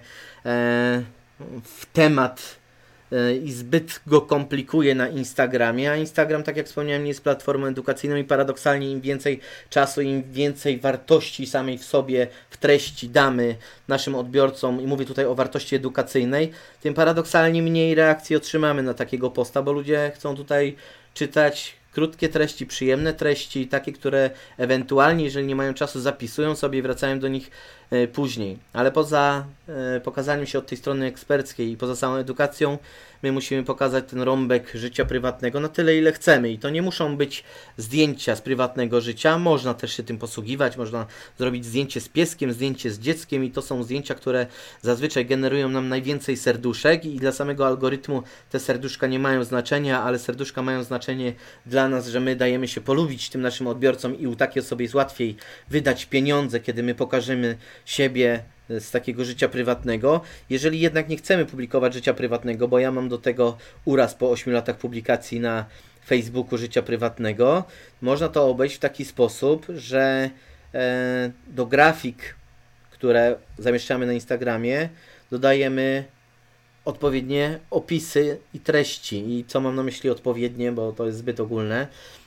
w temat i zbyt go komplikuje na Instagramie, a Instagram, tak jak wspomniałem, nie jest platformą edukacyjną i paradoksalnie im więcej czasu, im więcej wartości samej w sobie, w treści damy naszym odbiorcom, i mówię tutaj o wartości edukacyjnej, tym paradoksalnie mniej reakcji otrzymamy na takiego posta, bo ludzie chcą tutaj czytać krótkie treści, przyjemne treści, takie, które ewentualnie, jeżeli nie mają czasu, zapisują sobie i wracają do nich później. Ale poza pokazaniem się od tej strony eksperckiej i poza samą edukacją, my musimy pokazać ten rąbek życia prywatnego na tyle, ile chcemy. I to nie muszą być zdjęcia z prywatnego życia, można też się tym posługiwać, można zrobić zdjęcie z pieskiem, zdjęcie z dzieckiem i to są zdjęcia, które zazwyczaj generują nam najwięcej serduszek i dla samego algorytmu te serduszka nie mają znaczenia, ale serduszka mają znaczenie dla nas, że my dajemy się polubić tym naszym odbiorcom i u takiej osoby jest łatwiej wydać pieniądze, kiedy my pokażemy siebie z takiego życia prywatnego. Jeżeli jednak nie chcemy publikować życia prywatnego, bo ja mam do tego uraz po ośmiu latach publikacji na Facebooku życia prywatnego, można to obejść w taki sposób, że e, do grafik, które zamieszczamy na Instagramie, dodajemy odpowiednie opisy i treści. I co mam na myśli odpowiednie, bo to jest zbyt ogólne.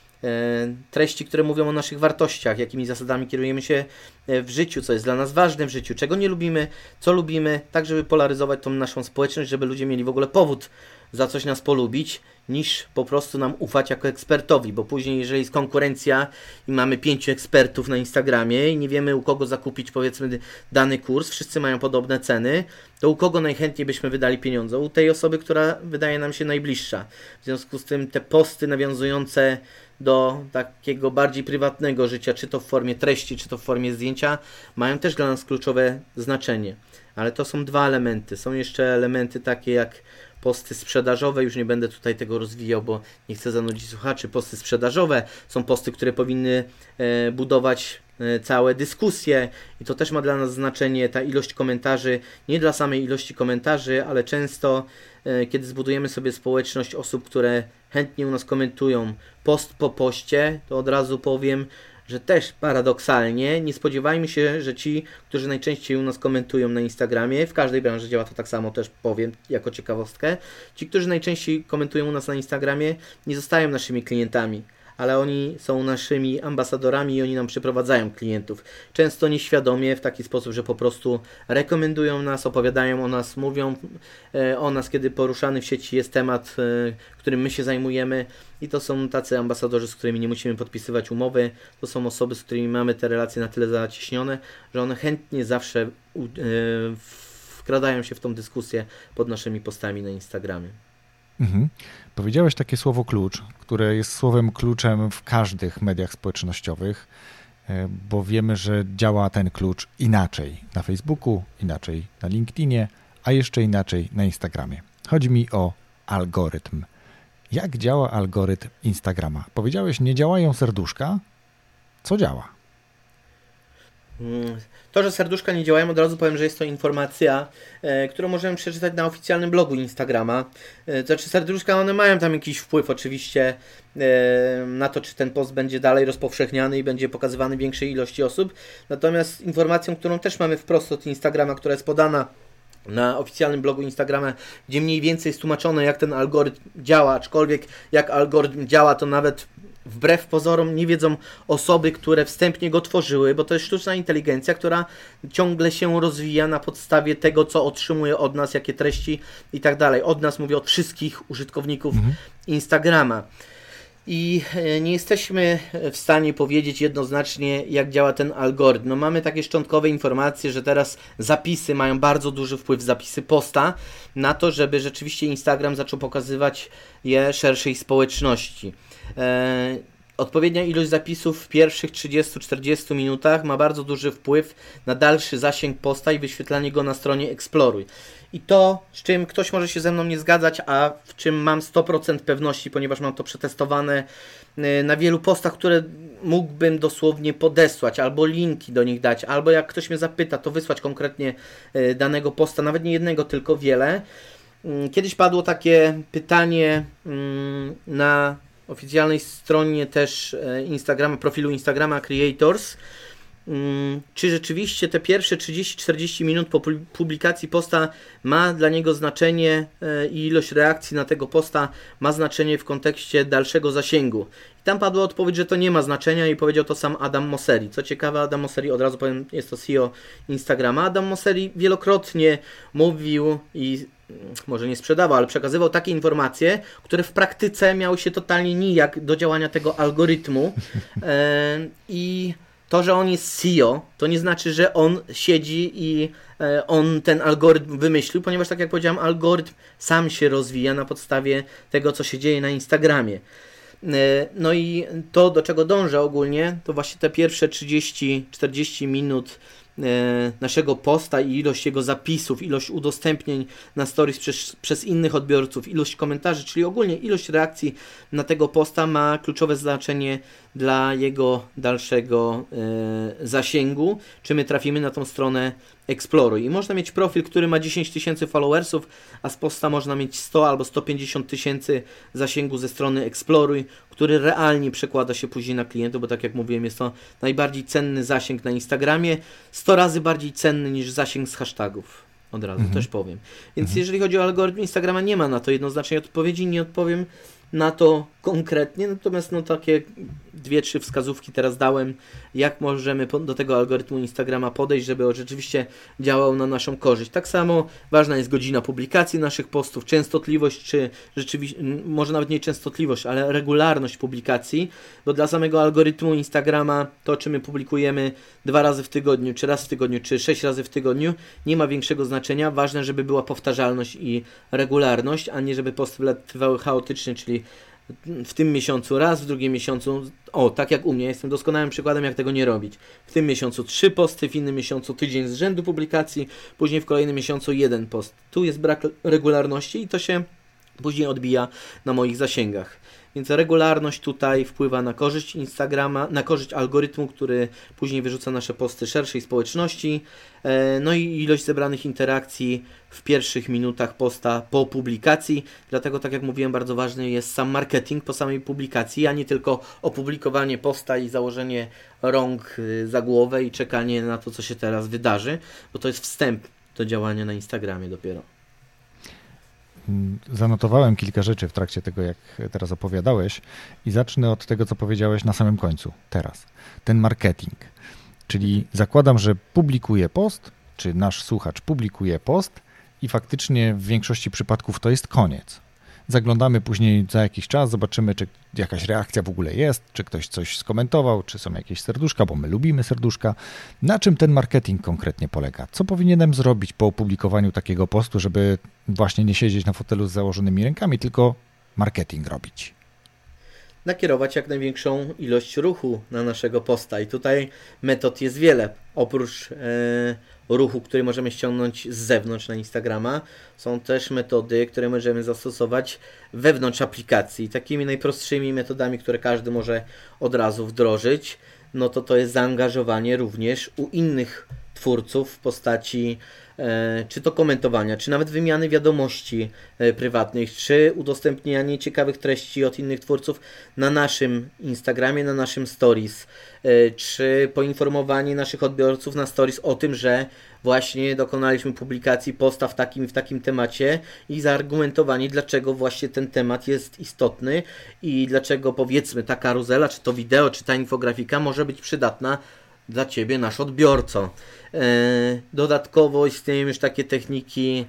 Treści, które mówią o naszych wartościach, jakimi zasadami kierujemy się w życiu, co jest dla nas ważne w życiu, czego nie lubimy, co lubimy, tak żeby polaryzować tą naszą społeczność, żeby ludzie mieli w ogóle powód za coś nas polubić, niż po prostu nam ufać jako ekspertowi, bo później jeżeli jest konkurencja i mamy pięciu ekspertów na Instagramie i nie wiemy u kogo zakupić powiedzmy dany kurs, wszyscy mają podobne ceny, to u kogo najchętniej byśmy wydali pieniądze? U tej osoby, która wydaje nam się najbliższa. W związku z tym te posty nawiązujące do takiego bardziej prywatnego życia, czy to w formie treści, czy to w formie zdjęcia, mają też dla nas kluczowe znaczenie. Ale to są dwa elementy. Są jeszcze elementy takie jak posty sprzedażowe, już nie będę tutaj tego rozwijał, bo nie chcę zanudzić słuchaczy. Posty sprzedażowe są posty, które powinny e, budować e, całe dyskusje i to też ma dla nas znaczenie, ta ilość komentarzy, nie dla samej ilości komentarzy, ale często e, kiedy zbudujemy sobie społeczność osób, które chętnie u nas komentują post po poście, to od razu powiem, że też paradoksalnie nie spodziewajmy się, że ci, którzy najczęściej u nas komentują na Instagramie, w każdej branży działa to tak samo, też powiem jako ciekawostkę, ci, którzy najczęściej komentują u nas na Instagramie, nie zostają naszymi klientami, ale oni są naszymi ambasadorami i oni nam przyprowadzają klientów. Często nieświadomie, w taki sposób, że po prostu rekomendują nas, opowiadają o nas, mówią e, o nas, kiedy poruszany w sieci jest temat, e, którym my się zajmujemy i to są tacy ambasadorzy, z którymi nie musimy podpisywać umowy. To są osoby, z którymi mamy te relacje na tyle zacieśnione, że one chętnie zawsze e, wkradają się w tą dyskusję pod naszymi postami na Instagramie. Mhm. Powiedziałeś takie słowo klucz, które jest słowem kluczem w każdych mediach społecznościowych, bo wiemy, że działa ten klucz inaczej na Facebooku, inaczej na LinkedInie, a jeszcze inaczej na Instagramie. Chodzi mi o algorytm. Jak działa algorytm Instagrama? Powiedziałeś, nie działają serduszka. Co działa? To, że serduszka nie działają, od razu powiem, że jest to informacja, e, którą możemy przeczytać na oficjalnym blogu Instagrama. E, znaczy serduszka, one mają tam jakiś wpływ oczywiście e, na to, czy ten post będzie dalej rozpowszechniany i będzie pokazywany większej ilości osób. Natomiast informacją, którą też mamy wprost od Instagrama, która jest podana na oficjalnym blogu Instagrama, gdzie mniej więcej jest tłumaczone, jak ten algorytm działa, aczkolwiek jak algorytm działa, to nawet wbrew pozorom nie wiedzą osoby, które wstępnie go tworzyły, bo to jest sztuczna inteligencja, która ciągle się rozwija na podstawie tego, co otrzymuje od nas, jakie treści i tak dalej. Od nas, mówię, od wszystkich użytkowników mhm. Instagrama. I nie jesteśmy w stanie powiedzieć jednoznacznie, jak działa ten algorytm. No, mamy takie szczątkowe informacje, że teraz zapisy mają bardzo duży wpływ, zapisy posta, na to, żeby rzeczywiście Instagram zaczął pokazywać je szerszej społeczności. E, odpowiednia ilość zapisów w pierwszych trzydziestu do czterdziestu minutach ma bardzo duży wpływ na dalszy zasięg posta i wyświetlanie go na stronie Exploruj. I to, z czym ktoś może się ze mną nie zgadzać, a w czym mam sto procent pewności, ponieważ mam to przetestowane na wielu postach, które mógłbym dosłownie podesłać, albo linki do nich dać, albo jak ktoś mnie zapyta, to wysłać konkretnie danego posta, nawet nie jednego, tylko wiele. Kiedyś padło takie pytanie na oficjalnej stronie też Instagrama, profilu Instagrama Creators, czy rzeczywiście te pierwsze trzydzieści do czterdziestu minut po publikacji posta ma dla niego znaczenie i ilość reakcji na tego posta ma znaczenie w kontekście dalszego zasięgu. I tam padła odpowiedź, że to nie ma znaczenia i powiedział to sam Adam Mosseri. Co ciekawe, Adam Mosseri, od razu powiem, jest to C E O Instagrama. Adam Mosseri wielokrotnie mówił i może nie sprzedawał, ale przekazywał takie informacje, które w praktyce miały się totalnie nijak do działania tego algorytmu. E, I to, że on jest C E O, to nie znaczy, że on siedzi i e, on ten algorytm wymyślił, ponieważ tak jak powiedziałem, algorytm sam się rozwija na podstawie tego, co się dzieje na Instagramie. E, no i to, do czego dążę ogólnie, to właśnie te pierwsze trzydzieści czterdzieści minut naszego posta i ilość jego zapisów, ilość udostępnień na stories przez, przez innych odbiorców, ilość komentarzy, czyli ogólnie ilość reakcji na tego posta ma kluczowe znaczenie dla jego dalszego e, zasięgu, czy my trafimy na tą stronę Exploruj. I można mieć profil, który ma dziesięć tysięcy followersów, a z posta można mieć sto albo sto pięćdziesiąt tysięcy zasięgu ze strony Exploruj, który realnie przekłada się później na klientów, bo tak jak mówiłem, jest to najbardziej cenny zasięg na Instagramie, sto razy bardziej cenny niż zasięg z hashtagów. Od razu mhm. też powiem. Więc mhm. jeżeli chodzi o algorytm Instagrama, nie ma na to jednoznacznej odpowiedzi, nie odpowiem na to konkretnie, natomiast no takie dwie, trzy wskazówki teraz dałem, jak możemy do tego algorytmu Instagrama podejść, żeby on rzeczywiście działał na naszą korzyść. Tak samo ważna jest godzina publikacji naszych postów, częstotliwość, czy rzeczywiście, może nawet nie częstotliwość, ale regularność publikacji, bo dla samego algorytmu Instagrama to, czy my publikujemy dwa razy w tygodniu, czy raz w tygodniu, czy sześć razy w tygodniu, nie ma większego znaczenia. Ważne, żeby była powtarzalność i regularność, a nie żeby posty wlatywały chaotycznie, czyli w tym miesiącu raz, w drugim miesiącu, o, tak jak u mnie, jestem doskonałym przykładem, jak tego nie robić. W tym miesiącu trzy posty, w innym miesiącu tydzień z rzędu publikacji, później w kolejnym miesiącu jeden post. Tu jest brak regularności i to się później odbija na moich zasięgach. Więc regularność tutaj wpływa na korzyść Instagrama, na korzyść algorytmu, który później wyrzuca nasze posty szerszej społeczności. No i ilość zebranych interakcji w pierwszych minutach posta po publikacji. Dlatego, tak jak mówiłem, bardzo ważny jest sam marketing po samej publikacji, a nie tylko opublikowanie posta i założenie rąk za głowę i czekanie na to, co się teraz wydarzy, bo to jest wstęp do działania na Instagramie dopiero. Zanotowałem kilka rzeczy w trakcie tego, jak teraz opowiadałeś i zacznę od tego, co powiedziałeś na samym końcu, teraz. Ten marketing, czyli zakładam, że publikuję post, czy nasz słuchacz publikuje post i faktycznie w większości przypadków to jest koniec. Zaglądamy później za jakiś czas, zobaczymy, czy jakaś reakcja w ogóle jest, czy ktoś coś skomentował, czy są jakieś serduszka, bo my lubimy serduszka. Na czym ten marketing konkretnie polega? Co powinienem zrobić po opublikowaniu takiego postu, żeby właśnie nie siedzieć na fotelu z założonymi rękami, tylko marketing robić? Nakierować jak największą ilość ruchu na naszego posta i tutaj metod jest wiele. Oprócz e, ruchu, który możemy ściągnąć z zewnątrz na Instagrama, są też metody, które możemy zastosować wewnątrz aplikacji. Takimi najprostszymi metodami, które każdy może od razu wdrożyć, no to to jest zaangażowanie również u innych twórców w postaci e, czy to komentowania, czy nawet wymiany wiadomości e, prywatnych, czy udostępnianie ciekawych treści od innych twórców na naszym Instagramie, na naszym stories, e, czy poinformowanie naszych odbiorców na stories o tym, że właśnie dokonaliśmy publikacji posta w takim i w takim temacie i zaargumentowanie, dlaczego właśnie ten temat jest istotny i dlaczego, powiedzmy, ta karuzela, czy to wideo, czy ta infografika może być przydatna dla Ciebie, nasz odbiorco. Dodatkowo istnieją już takie techniki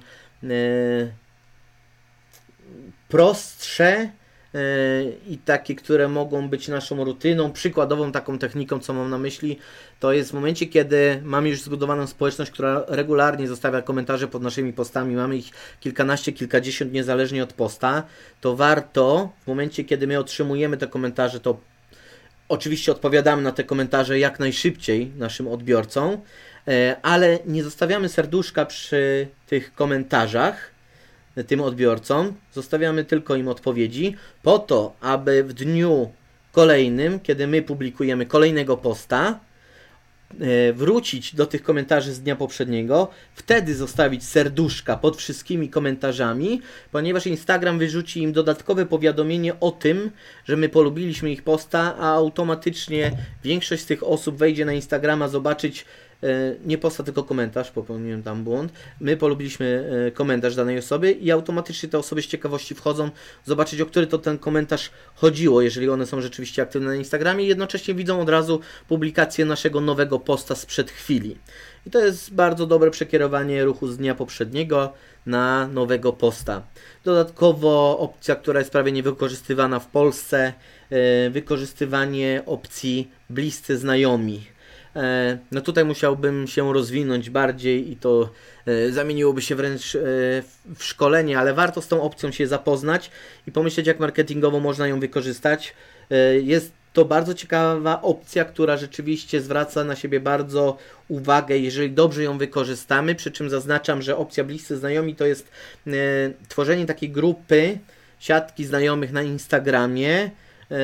prostsze i takie, które mogą być naszą rutyną. Przykładową taką techniką, co mam na myśli, to jest w momencie, kiedy mamy już zbudowaną społeczność, która regularnie zostawia komentarze pod naszymi postami, mamy ich kilkanaście, kilkadziesiąt niezależnie od posta, to warto w momencie, kiedy my otrzymujemy te komentarze, to oczywiście odpowiadamy na te komentarze jak najszybciej naszym odbiorcom, ale nie zostawiamy serduszka przy tych komentarzach tym odbiorcom, zostawiamy tylko im odpowiedzi po to, aby w dniu kolejnym, kiedy my publikujemy kolejnego posta, wrócić do tych komentarzy z dnia poprzedniego, wtedy zostawić serduszka pod wszystkimi komentarzami, ponieważ Instagram wyrzuci im dodatkowe powiadomienie o tym, że my polubiliśmy ich posta, a automatycznie większość z tych osób wejdzie na Instagrama zobaczyć nie posta, tylko komentarz, popełniłem tam błąd. My polubiliśmy komentarz danej osoby i automatycznie te osoby z ciekawości wchodzą zobaczyć, o który to ten komentarz chodziło, jeżeli one są rzeczywiście aktywne na Instagramie i jednocześnie widzą od razu publikację naszego nowego posta sprzed chwili. I to jest bardzo dobre przekierowanie ruchu z dnia poprzedniego na nowego posta. Dodatkowo opcja, która jest prawie niewykorzystywana w Polsce, wykorzystywanie opcji bliscy znajomi. no tutaj musiałbym się rozwinąć bardziej i to zamieniłoby się wręcz w szkolenie, ale warto z tą opcją się zapoznać i pomyśleć, jak marketingowo można ją wykorzystać. Jest to bardzo ciekawa opcja, która rzeczywiście zwraca na siebie bardzo uwagę, jeżeli dobrze ją wykorzystamy, przy czym zaznaczam, że opcja bliscy znajomi to jest e, tworzenie takiej grupy, siatki znajomych na Instagramie, e,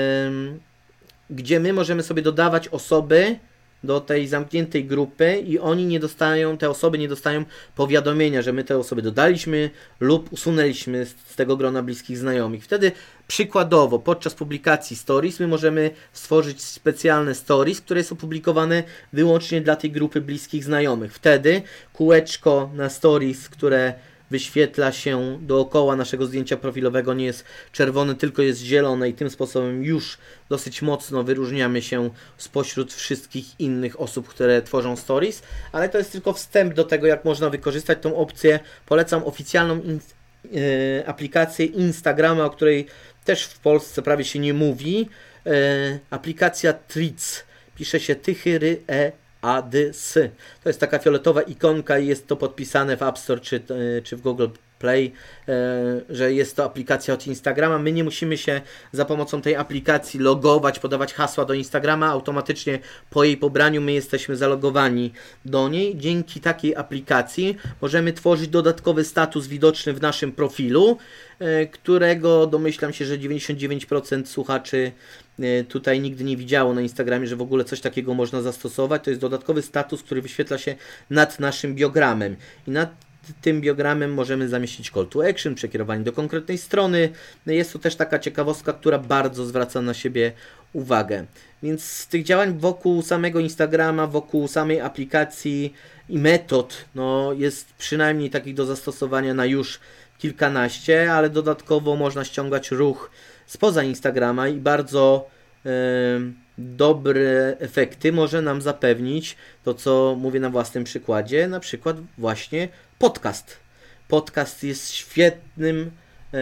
gdzie my możemy sobie dodawać osoby do tej zamkniętej grupy i oni nie dostają, te osoby nie dostają powiadomienia, że my te osoby dodaliśmy lub usunęliśmy z, z tego grona bliskich znajomych. Wtedy przykładowo podczas publikacji stories my możemy stworzyć specjalne stories, które są publikowane wyłącznie dla tej grupy bliskich znajomych. Wtedy kółeczko na stories, które wyświetla się dookoła naszego zdjęcia profilowego, nie jest czerwone, tylko jest zielone i tym sposobem już dosyć mocno wyróżniamy się spośród wszystkich innych osób, które tworzą stories, ale to jest tylko wstęp do tego, jak można wykorzystać tą opcję. Polecam oficjalną in- yy, aplikację Instagrama, o której też w Polsce prawie się nie mówi. Yy, aplikacja Threads. Pisze się tychyry e A D S. To jest taka fioletowa ikonka i jest to podpisane w App Store czy, czy w Google Play, że jest to aplikacja od Instagrama. My nie musimy się za pomocą tej aplikacji logować, podawać hasła do Instagrama. Automatycznie po jej pobraniu my jesteśmy zalogowani do niej. Dzięki takiej aplikacji możemy tworzyć dodatkowy status widoczny w naszym profilu, którego domyślam się, że dziewięćdziesiąt dziewięć procent słuchaczy tutaj nigdy nie widziało na Instagramie, że w ogóle coś takiego można zastosować. To jest dodatkowy status, który wyświetla się nad naszym biogramem i nad tym biogramem możemy zamieścić call to action, przekierowanie do konkretnej strony. Jest to też taka ciekawostka, która bardzo zwraca na siebie uwagę. Więc z tych działań wokół samego Instagrama, wokół samej aplikacji i metod, no jest przynajmniej takich do zastosowania na już kilkanaście, ale dodatkowo można ściągać ruch spoza Instagrama i bardzo yy, dobre efekty może nam zapewnić to, co mówię na własnym przykładzie, na przykład właśnie podcast. Podcast jest świetnym yy,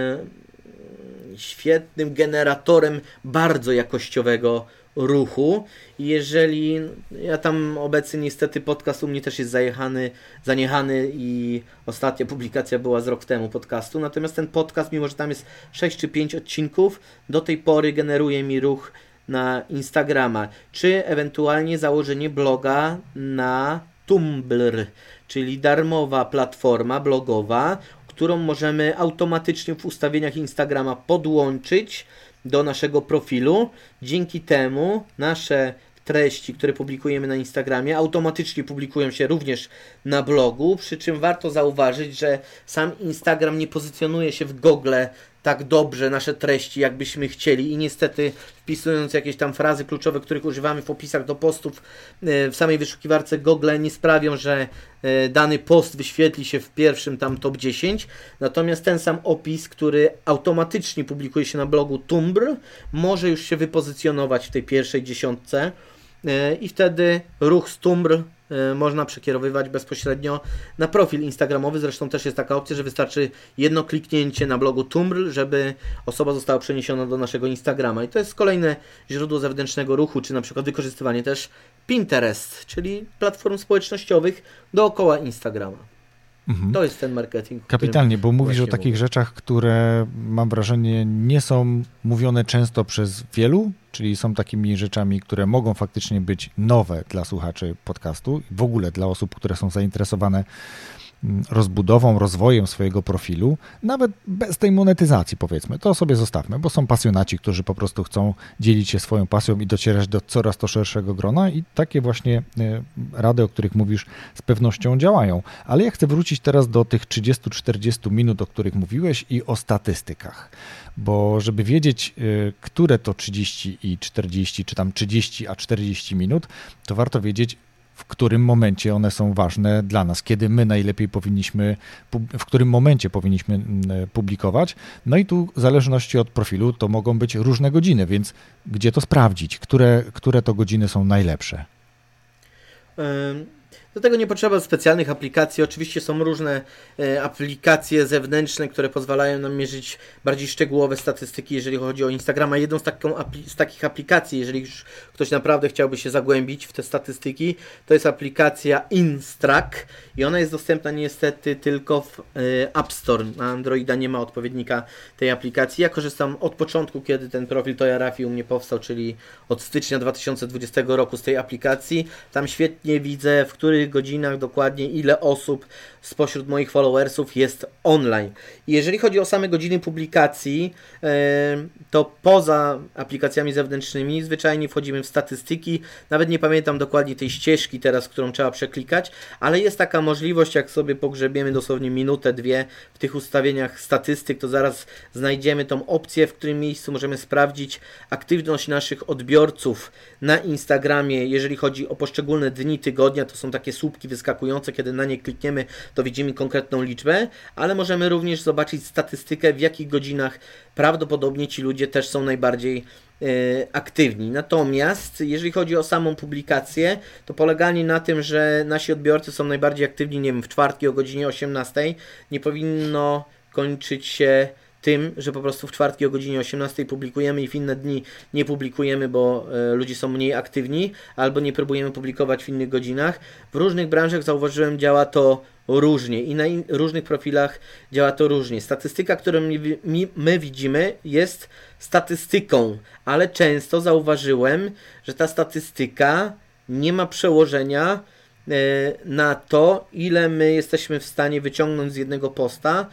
świetnym generatorem bardzo jakościowego ruchu. Jeżeli ja tam obecnie niestety podcast u mnie też jest zajechany, zaniechany i ostatnia publikacja była z rok temu podcastu, natomiast ten podcast, mimo że tam jest sześć czy pięć odcinków, do tej pory generuje mi ruch na Instagrama, czy ewentualnie założenie bloga na Tumblr, czyli darmowa platforma blogowa, którą możemy automatycznie w ustawieniach Instagrama podłączyć do naszego profilu. Dzięki temu nasze treści, które publikujemy na Instagramie, automatycznie publikują się również na blogu, przy czym warto zauważyć, że sam Instagram nie pozycjonuje się w Google tak dobrze nasze treści, jakbyśmy chcieli i niestety wpisując jakieś tam frazy kluczowe, których używamy w opisach do postów w samej wyszukiwarce Google, nie sprawią, że dany post wyświetli się w pierwszym tam top dziesięć, natomiast ten sam opis, który automatycznie publikuje się na blogu Tumblr, może już się wypozycjonować w tej pierwszej dziesiątce i wtedy ruch z Tumblr można przekierowywać bezpośrednio na profil instagramowy. Zresztą też jest taka opcja, że wystarczy jedno kliknięcie na blogu Tumblr, żeby osoba została przeniesiona do naszego Instagrama. I to jest kolejne źródło zewnętrznego ruchu, czy na przykład wykorzystywanie też Pinterest, czyli platform społecznościowych dookoła Instagrama. Mhm. To jest ten marketing. Kapitalnie, bo mówisz o takich mówię. rzeczach, które mam wrażenie nie są mówione często przez wielu, czyli są takimi rzeczami, które mogą faktycznie być nowe dla słuchaczy podcastu, w ogóle dla osób, które są zainteresowane rozbudową, rozwojem swojego profilu, nawet bez tej monetyzacji, powiedzmy. To sobie zostawmy, bo są pasjonaci, którzy po prostu chcą dzielić się swoją pasją i docierać do coraz to szerszego grona i takie właśnie rady, o których mówisz, z pewnością działają. Ale ja chcę wrócić teraz do tych trzydzieści do czterdziestu minut, o których mówiłeś i o statystykach, bo żeby wiedzieć, które to trzydzieści i czterdzieści, czy tam trzydzieści a czterdzieści minut, to warto wiedzieć, w którym momencie one są ważne dla nas, kiedy my najlepiej powinniśmy, w którym momencie powinniśmy publikować. No i tu w zależności od profilu to mogą być różne godziny, więc gdzie to sprawdzić? Które, które to godziny są najlepsze? Do tego nie potrzeba specjalnych aplikacji. Oczywiście są różne e, aplikacje zewnętrzne, które pozwalają nam mierzyć bardziej szczegółowe statystyki, jeżeli chodzi o Instagrama. Jedną z, taką, z takich aplikacji, jeżeli już ktoś naprawdę chciałby się zagłębić w te statystyki, to jest aplikacja Instrack i ona jest dostępna niestety tylko w e, App Store. Na Androida nie ma odpowiednika tej aplikacji. Ja korzystam od początku, kiedy ten profil Toja Rafi u mnie powstał, czyli od stycznia dwa tysiące dwudziestego roku z tej aplikacji. Tam świetnie widzę, w których godzinach dokładnie ile osób spośród moich followersów jest online. I jeżeli chodzi o same godziny publikacji, to poza aplikacjami zewnętrznymi zwyczajnie wchodzimy w statystyki. Nawet nie pamiętam dokładnie tej ścieżki teraz, którą trzeba przeklikać, ale jest taka możliwość, jak sobie pogrzebiemy dosłownie minutę, dwie w tych ustawieniach statystyk, to zaraz znajdziemy tą opcję, w którym miejscu możemy sprawdzić aktywność naszych odbiorców na Instagramie. Jeżeli chodzi o poszczególne dni tygodnia, to są takie słupki wyskakujące, kiedy na nie klikniemy, to widzimy konkretną liczbę, ale możemy również zobaczyć statystykę, w jakich godzinach prawdopodobnie ci ludzie też są najbardziej e, aktywni. Natomiast jeżeli chodzi o samą publikację, to poleganie na tym, że nasi odbiorcy są najbardziej aktywni, nie wiem, w czwartki o godzinie osiemnastej, nie powinno kończyć się tym, że po prostu w czwartki o godzinie osiemnastej publikujemy i w inne dni nie publikujemy, bo e, ludzie są mniej aktywni, albo nie próbujemy publikować w innych godzinach. W różnych branżach zauważyłem, działa to różnie i na in- różnych profilach działa to różnie. Statystyka, którą mi, mi, my widzimy, jest statystyką, ale często zauważyłem, że ta statystyka nie ma przełożenia e, na to, ile my jesteśmy w stanie wyciągnąć z jednego posta,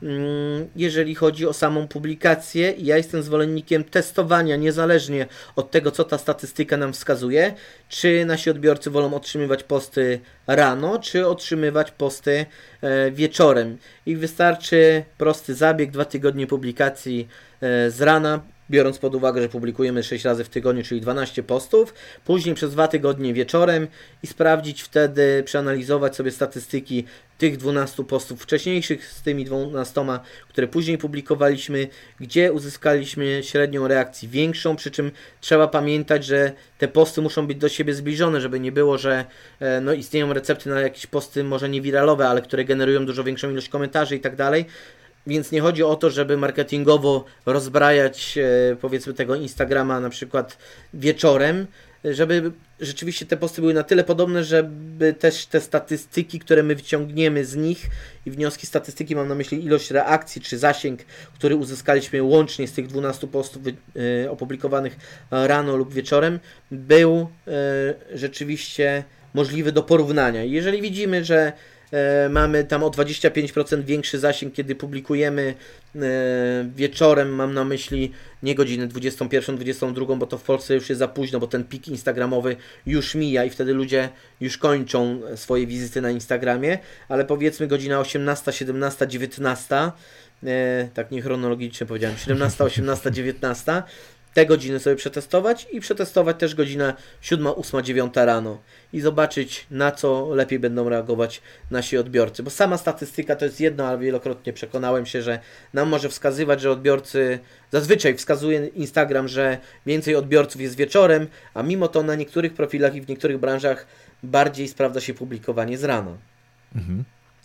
jeżeli chodzi o samą publikację. Ja jestem zwolennikiem testowania niezależnie od tego, co ta statystyka nam wskazuje, czy nasi odbiorcy wolą otrzymywać posty rano, czy otrzymywać posty e, wieczorem. I wystarczy prosty zabieg, dwa tygodnie publikacji e, z rana, biorąc pod uwagę, że publikujemy sześć razy w tygodniu, czyli dwanaście postów, później przez dwa tygodnie wieczorem i sprawdzić wtedy, przeanalizować sobie statystyki tych dwunastu postów wcześniejszych z tymi dwunastoma, które później publikowaliśmy, gdzie uzyskaliśmy średnią reakcji większą, przy czym trzeba pamiętać, że te posty muszą być do siebie zbliżone, żeby nie było, że e, no, istnieją recepty na jakieś posty może nie wiralowe, ale które generują dużo większą ilość komentarzy i tak dalej. Więc nie chodzi o to, żeby marketingowo rozbrajać e, powiedzmy tego Instagrama na przykład wieczorem, żeby rzeczywiście te posty były na tyle podobne, żeby też te statystyki, które my wyciągniemy z nich i wnioski statystyki, mam na myśli ilość reakcji czy zasięg, który uzyskaliśmy łącznie z tych dwunastu postów e, opublikowanych rano lub wieczorem, był e, rzeczywiście możliwy do porównania. Jeżeli widzimy, że E, mamy tam o dwadzieścia pięć procent większy zasięg, kiedy publikujemy e, wieczorem, mam na myśli nie godzinę dwudziestą pierwszą, dwudziestą drugą, bo to w Polsce już jest za późno, bo ten pik instagramowy już mija i wtedy ludzie już kończą swoje wizyty na Instagramie, ale powiedzmy godzina osiemnasta, siedemnasta, dziewiętnasta, e, tak nie chronologicznie powiedziałem, siedemnasta, osiemnasta, dziewiętnasta, te godziny sobie przetestować i przetestować też godzina siódma, ósma, dziewiąta rano i zobaczyć, na co lepiej będą reagować nasi odbiorcy. Bo sama statystyka to jest jedno, ale wielokrotnie przekonałem się, że nam może wskazywać, że odbiorcy, zazwyczaj wskazuje Instagram, że więcej odbiorców jest wieczorem, a mimo to na niektórych profilach i w niektórych branżach bardziej sprawdza się publikowanie z rana. Mhm.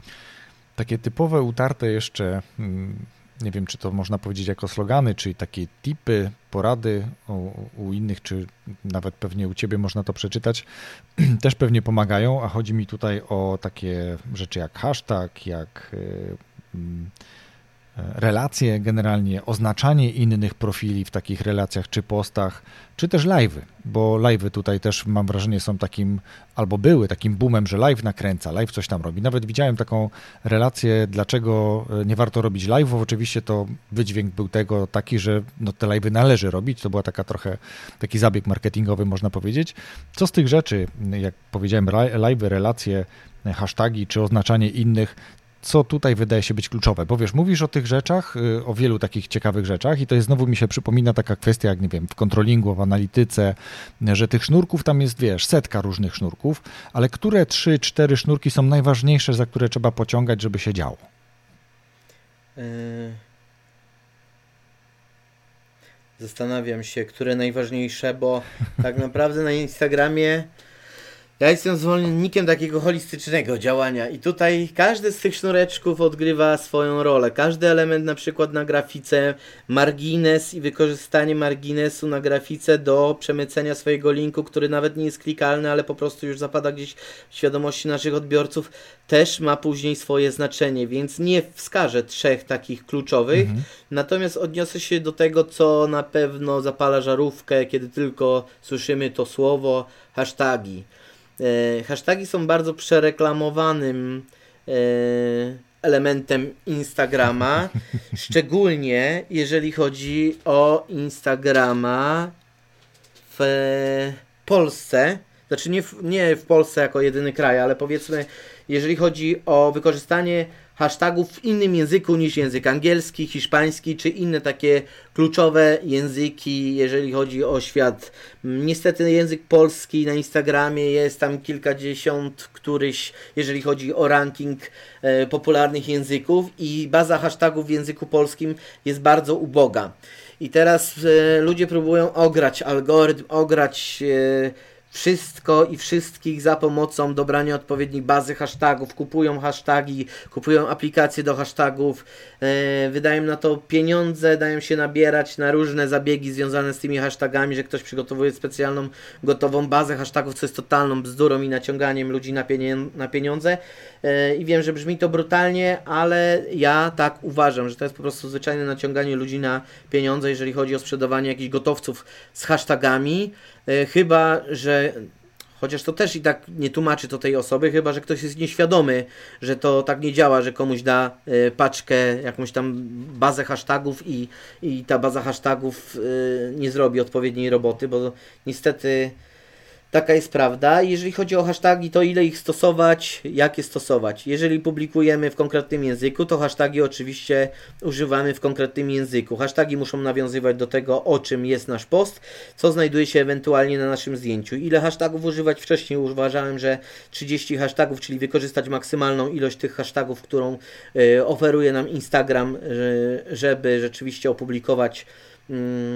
Takie typowe, utarte jeszcze... Hmm. Nie wiem, czy to można powiedzieć jako slogany, czyli takie tipy, porady u, u innych, czy nawet pewnie u Ciebie można to przeczytać, też pewnie pomagają, a chodzi mi tutaj o takie rzeczy jak hashtag, jak y, relacje generalnie, oznaczanie innych profili w takich relacjach czy postach, czy też live'y, bo live'y tutaj też mam wrażenie są takim, albo były takim boomem, że live nakręca, live coś tam robi. Nawet widziałem taką relację, dlaczego nie warto robić live'ów. Oczywiście to wydźwięk był tego taki, że no te live'y należy robić. To była taka trochę taki zabieg marketingowy, można powiedzieć. Co z tych rzeczy, jak powiedziałem, live'y, relacje, hasztagi czy oznaczanie innych, co tutaj wydaje się być kluczowe? Bo wiesz, mówisz o tych rzeczach, o wielu takich ciekawych rzeczach i to jest znowu mi się przypomina taka kwestia, jak nie wiem, w kontrolingu, w analityce, że tych sznurków tam jest, wiesz, setka różnych sznurków, ale które trzy, cztery sznurki są najważniejsze, za które trzeba pociągać, żeby się działo? Zastanawiam się, które najważniejsze, bo tak naprawdę na Instagramie Ja jestem zwolennikiem takiego holistycznego działania i tutaj każdy z tych sznureczków odgrywa swoją rolę. Każdy element, na przykład na grafice, margines i wykorzystanie marginesu na grafice do przemycenia swojego linku, który nawet nie jest klikalny, ale po prostu już zapada gdzieś w świadomości naszych odbiorców, też ma później swoje znaczenie, więc nie wskażę trzech takich kluczowych, mhm. natomiast odniosę się do tego, co na pewno zapala żarówkę, kiedy tylko słyszymy to słowo, hashtagi. E, hashtagi są bardzo przereklamowanym e, elementem Instagrama, szczególnie jeżeli chodzi o Instagrama w Polsce, znaczy nie w, nie w Polsce jako jedyny kraj, ale powiedzmy, jeżeli chodzi o wykorzystanie hashtagów w innym języku niż język angielski, hiszpański, czy inne takie kluczowe języki, jeżeli chodzi o świat. Niestety język polski na Instagramie jest tam kilkadziesiąt któryś, jeżeli chodzi o ranking e, popularnych języków i baza hashtagów w języku polskim jest bardzo uboga. I teraz e, ludzie próbują ograć algorytm, ograć e, wszystko i wszystkich za pomocą dobrania odpowiedniej bazy hashtagów, kupują hashtagi, kupują aplikacje do hashtagów, yy, wydają na to pieniądze, dają się nabierać na różne zabiegi związane z tymi hashtagami, że ktoś przygotowuje specjalną, gotową bazę hashtagów, co jest totalną bzdurą i naciąganiem ludzi na, pienie- na pieniądze. Yy, I wiem, że brzmi to brutalnie, ale ja tak uważam, że to jest po prostu zwyczajne naciąganie ludzi na pieniądze, jeżeli chodzi o sprzedawanie jakichś gotowców z hashtagami. Chyba, że, chociaż to też i tak nie tłumaczy to tej osoby, chyba, że ktoś jest nieświadomy, że to tak nie działa, że komuś da y, paczkę, jakąś tam bazę hashtagów i, i ta baza hashtagów y, nie zrobi odpowiedniej roboty, bo niestety taka jest prawda. Jeżeli chodzi o hashtagi, to ile ich stosować, jak je stosować. Jeżeli publikujemy w konkretnym języku, to hashtagi oczywiście używamy w konkretnym języku. Hashtagi muszą nawiązywać do tego, o czym jest nasz post, co znajduje się ewentualnie na naszym zdjęciu. Ile hashtagów używać? Wcześniej uważałem, że trzydzieści hashtagów, czyli wykorzystać maksymalną ilość tych hashtagów, którą y, oferuje nam Instagram, y, żeby rzeczywiście opublikować y,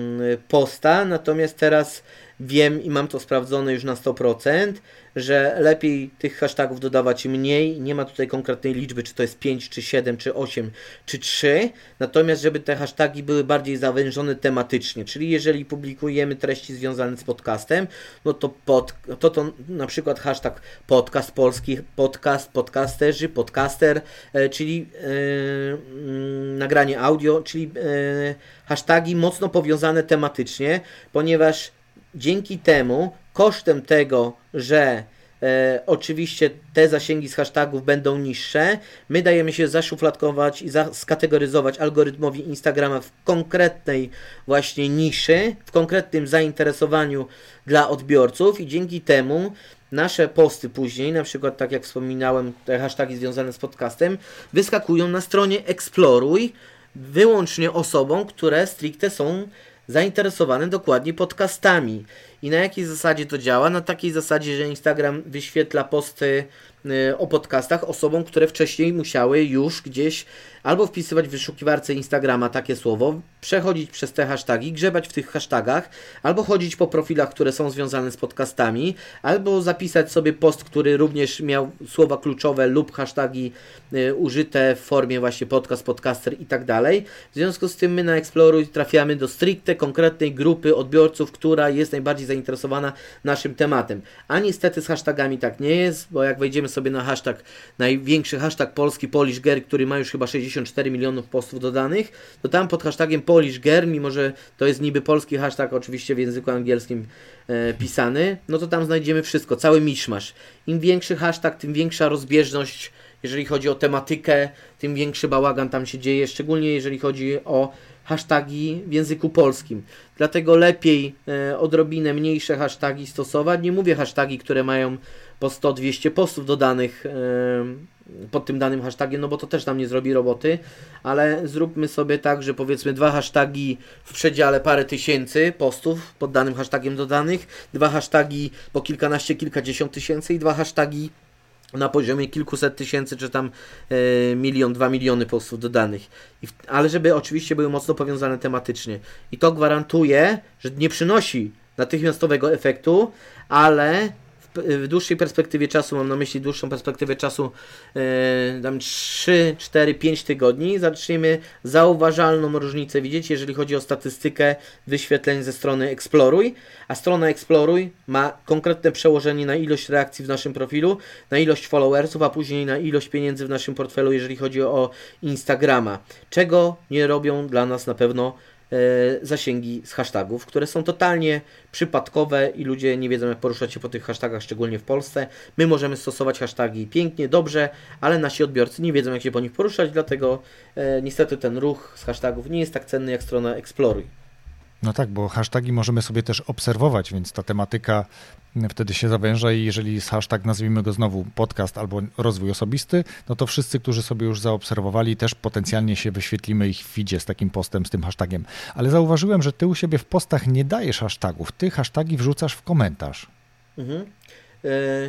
posta. Natomiast teraz wiem i mam to sprawdzone już na sto procent, że lepiej tych hashtagów dodawać mniej. Nie ma tutaj konkretnej liczby, czy to jest pięć, czy siedem, czy osiem, czy trzy. Natomiast żeby te hashtagi były bardziej zawężone tematycznie. Czyli jeżeli publikujemy treści związane z podcastem, no to, pod, to, to na przykład hashtag podcast polski, podcast, podcasterzy, podcaster, e, czyli e, mm, nagranie audio, czyli e, hashtagi mocno powiązane tematycznie, ponieważ dzięki temu, kosztem tego, że e, oczywiście te zasięgi z hashtagów będą niższe, my dajemy się zaszufladkować i za, skategoryzować algorytmowi Instagrama w konkretnej właśnie niszy, w konkretnym zainteresowaniu dla odbiorców i dzięki temu nasze posty później, na przykład tak jak wspominałem, te hashtagi związane z podcastem, wyskakują na stronie Exploruj wyłącznie osobom, które stricte są zainteresowany dokładnie podcastami. I na jakiej zasadzie to działa? Na takiej zasadzie, że Instagram wyświetla posty y, o podcastach osobom, które wcześniej musiały już gdzieś albo wpisywać w wyszukiwarce Instagrama takie słowo, przechodzić przez te hashtagi, grzebać w tych hashtagach, albo chodzić po profilach, które są związane z podcastami, albo zapisać sobie post, który również miał słowa kluczowe lub hashtagi y, użyte w formie właśnie podcast, podcaster i tak dalej. W związku z tym my na Exploruj trafiamy do stricte konkretnej grupy odbiorców, która jest najbardziej zainteresowana naszym tematem. A niestety z hashtagami tak nie jest, bo jak wejdziemy sobie na hashtag, największy hashtag polski Polish Girl, który ma już chyba sześćdziesiąt cztery milionów postów dodanych, to tam pod hashtagiem Polish Girl, mimo że to jest niby polski hashtag, oczywiście w języku angielskim e, pisany, no to tam znajdziemy wszystko, cały miszmasz. Im większy hashtag, tym większa rozbieżność, jeżeli chodzi o tematykę, tym większy bałagan tam się dzieje, szczególnie jeżeli chodzi o hashtagi w języku polskim. Dlatego lepiej e, odrobinę mniejsze hashtagi stosować. Nie mówię hashtagi, które mają po sto dwieście postów dodanych e, pod tym danym hashtagiem, no bo to też nam nie zrobi roboty, ale zróbmy sobie tak, że powiedzmy dwa hashtagi w przedziale parę tysięcy postów pod danym hashtagiem dodanych, dwa hashtagi po kilkanaście, kilkadziesiąt tysięcy i dwa hashtagi na poziomie kilkuset tysięcy, czy tam e, milion, dwa miliony postów dodanych. I w, ale żeby oczywiście były mocno powiązane tematycznie. I to gwarantuje, że nie przynosi natychmiastowego efektu, ale w w dłuższej perspektywie czasu, mam na myśli dłuższą perspektywę czasu, e, tam trzy, cztery, pięć tygodni, zaczniemy zauważalną różnicę widzieć, jeżeli chodzi o statystykę wyświetleń ze strony Exploruj, a strona Exploruj ma konkretne przełożenie na ilość reakcji w naszym profilu, na ilość followersów, a później na ilość pieniędzy w naszym portfelu, jeżeli chodzi o Instagrama, czego nie robią dla nas na pewno zasięgi z hashtagów, które są totalnie przypadkowe i ludzie nie wiedzą, jak poruszać się po tych hashtagach, szczególnie w Polsce. My możemy stosować hashtagi pięknie, dobrze, ale nasi odbiorcy nie wiedzą, jak się po nich poruszać, dlatego e, niestety ten ruch z hashtagów nie jest tak cenny jak strona Exploruj. No tak, bo hashtagi możemy sobie też obserwować, więc ta tematyka wtedy się zawęża i jeżeli jest hashtag, nazwijmy go znowu podcast albo rozwój osobisty, no to wszyscy, którzy sobie już zaobserwowali, też potencjalnie się wyświetlimy ich w feedzie z takim postem, z tym hashtagiem. Ale zauważyłem, że ty u siebie w postach nie dajesz hashtagów, ty hashtagi wrzucasz w komentarz. Mhm. Y-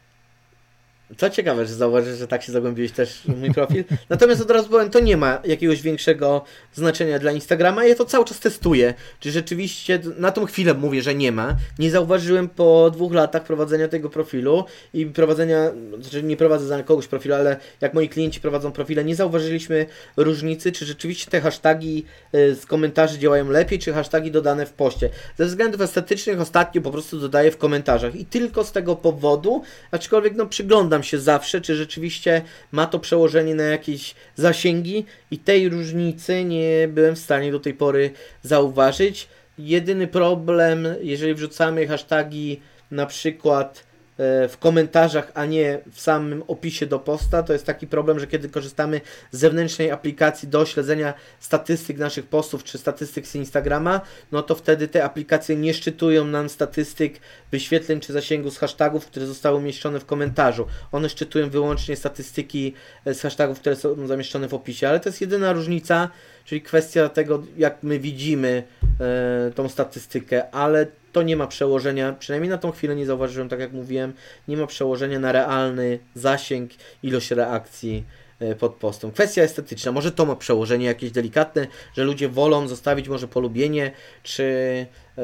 Co ciekawe, że zauważysz, że tak się zagłębiłeś też w mój profil. Natomiast od razu powiem, to nie ma jakiegoś większego znaczenia dla Instagrama. Ja to cały czas testuję. Czy rzeczywiście, na tą chwilę mówię, że nie ma. Nie zauważyłem po dwóch latach prowadzenia tego profilu i prowadzenia, znaczy nie prowadzę za kogoś profilu, ale jak moi klienci prowadzą profile, nie zauważyliśmy różnicy, czy rzeczywiście te hashtagi z komentarzy działają lepiej, czy hashtagi dodane w poście. Ze względów estetycznych ostatnio po prostu dodaję w komentarzach i tylko z tego powodu, aczkolwiek no przyglądam się zawsze, czy rzeczywiście ma to przełożenie na jakieś zasięgi i tej różnicy nie byłem w stanie do tej pory zauważyć. Jedyny problem, jeżeli wrzucamy hashtagi na przykład w komentarzach, a nie w samym opisie do posta, to jest taki problem, że kiedy korzystamy z zewnętrznej aplikacji do śledzenia statystyk naszych postów, czy statystyk z Instagrama, no to wtedy te aplikacje nie szczytują nam statystyk wyświetleń, czy zasięgu z hashtagów, które zostały umieszczone w komentarzu. One szczytują wyłącznie statystyki z hashtagów, które są zamieszczone w opisie, ale to jest jedyna różnica, czyli kwestia tego, jak my widzimy e, tą statystykę, ale to nie ma przełożenia, przynajmniej na tą chwilę nie zauważyłem, tak jak mówiłem, nie ma przełożenia na realny zasięg, ilość reakcji e, pod postem. Kwestia estetyczna, może to ma przełożenie jakieś delikatne, że ludzie wolą zostawić może polubienie, czy e,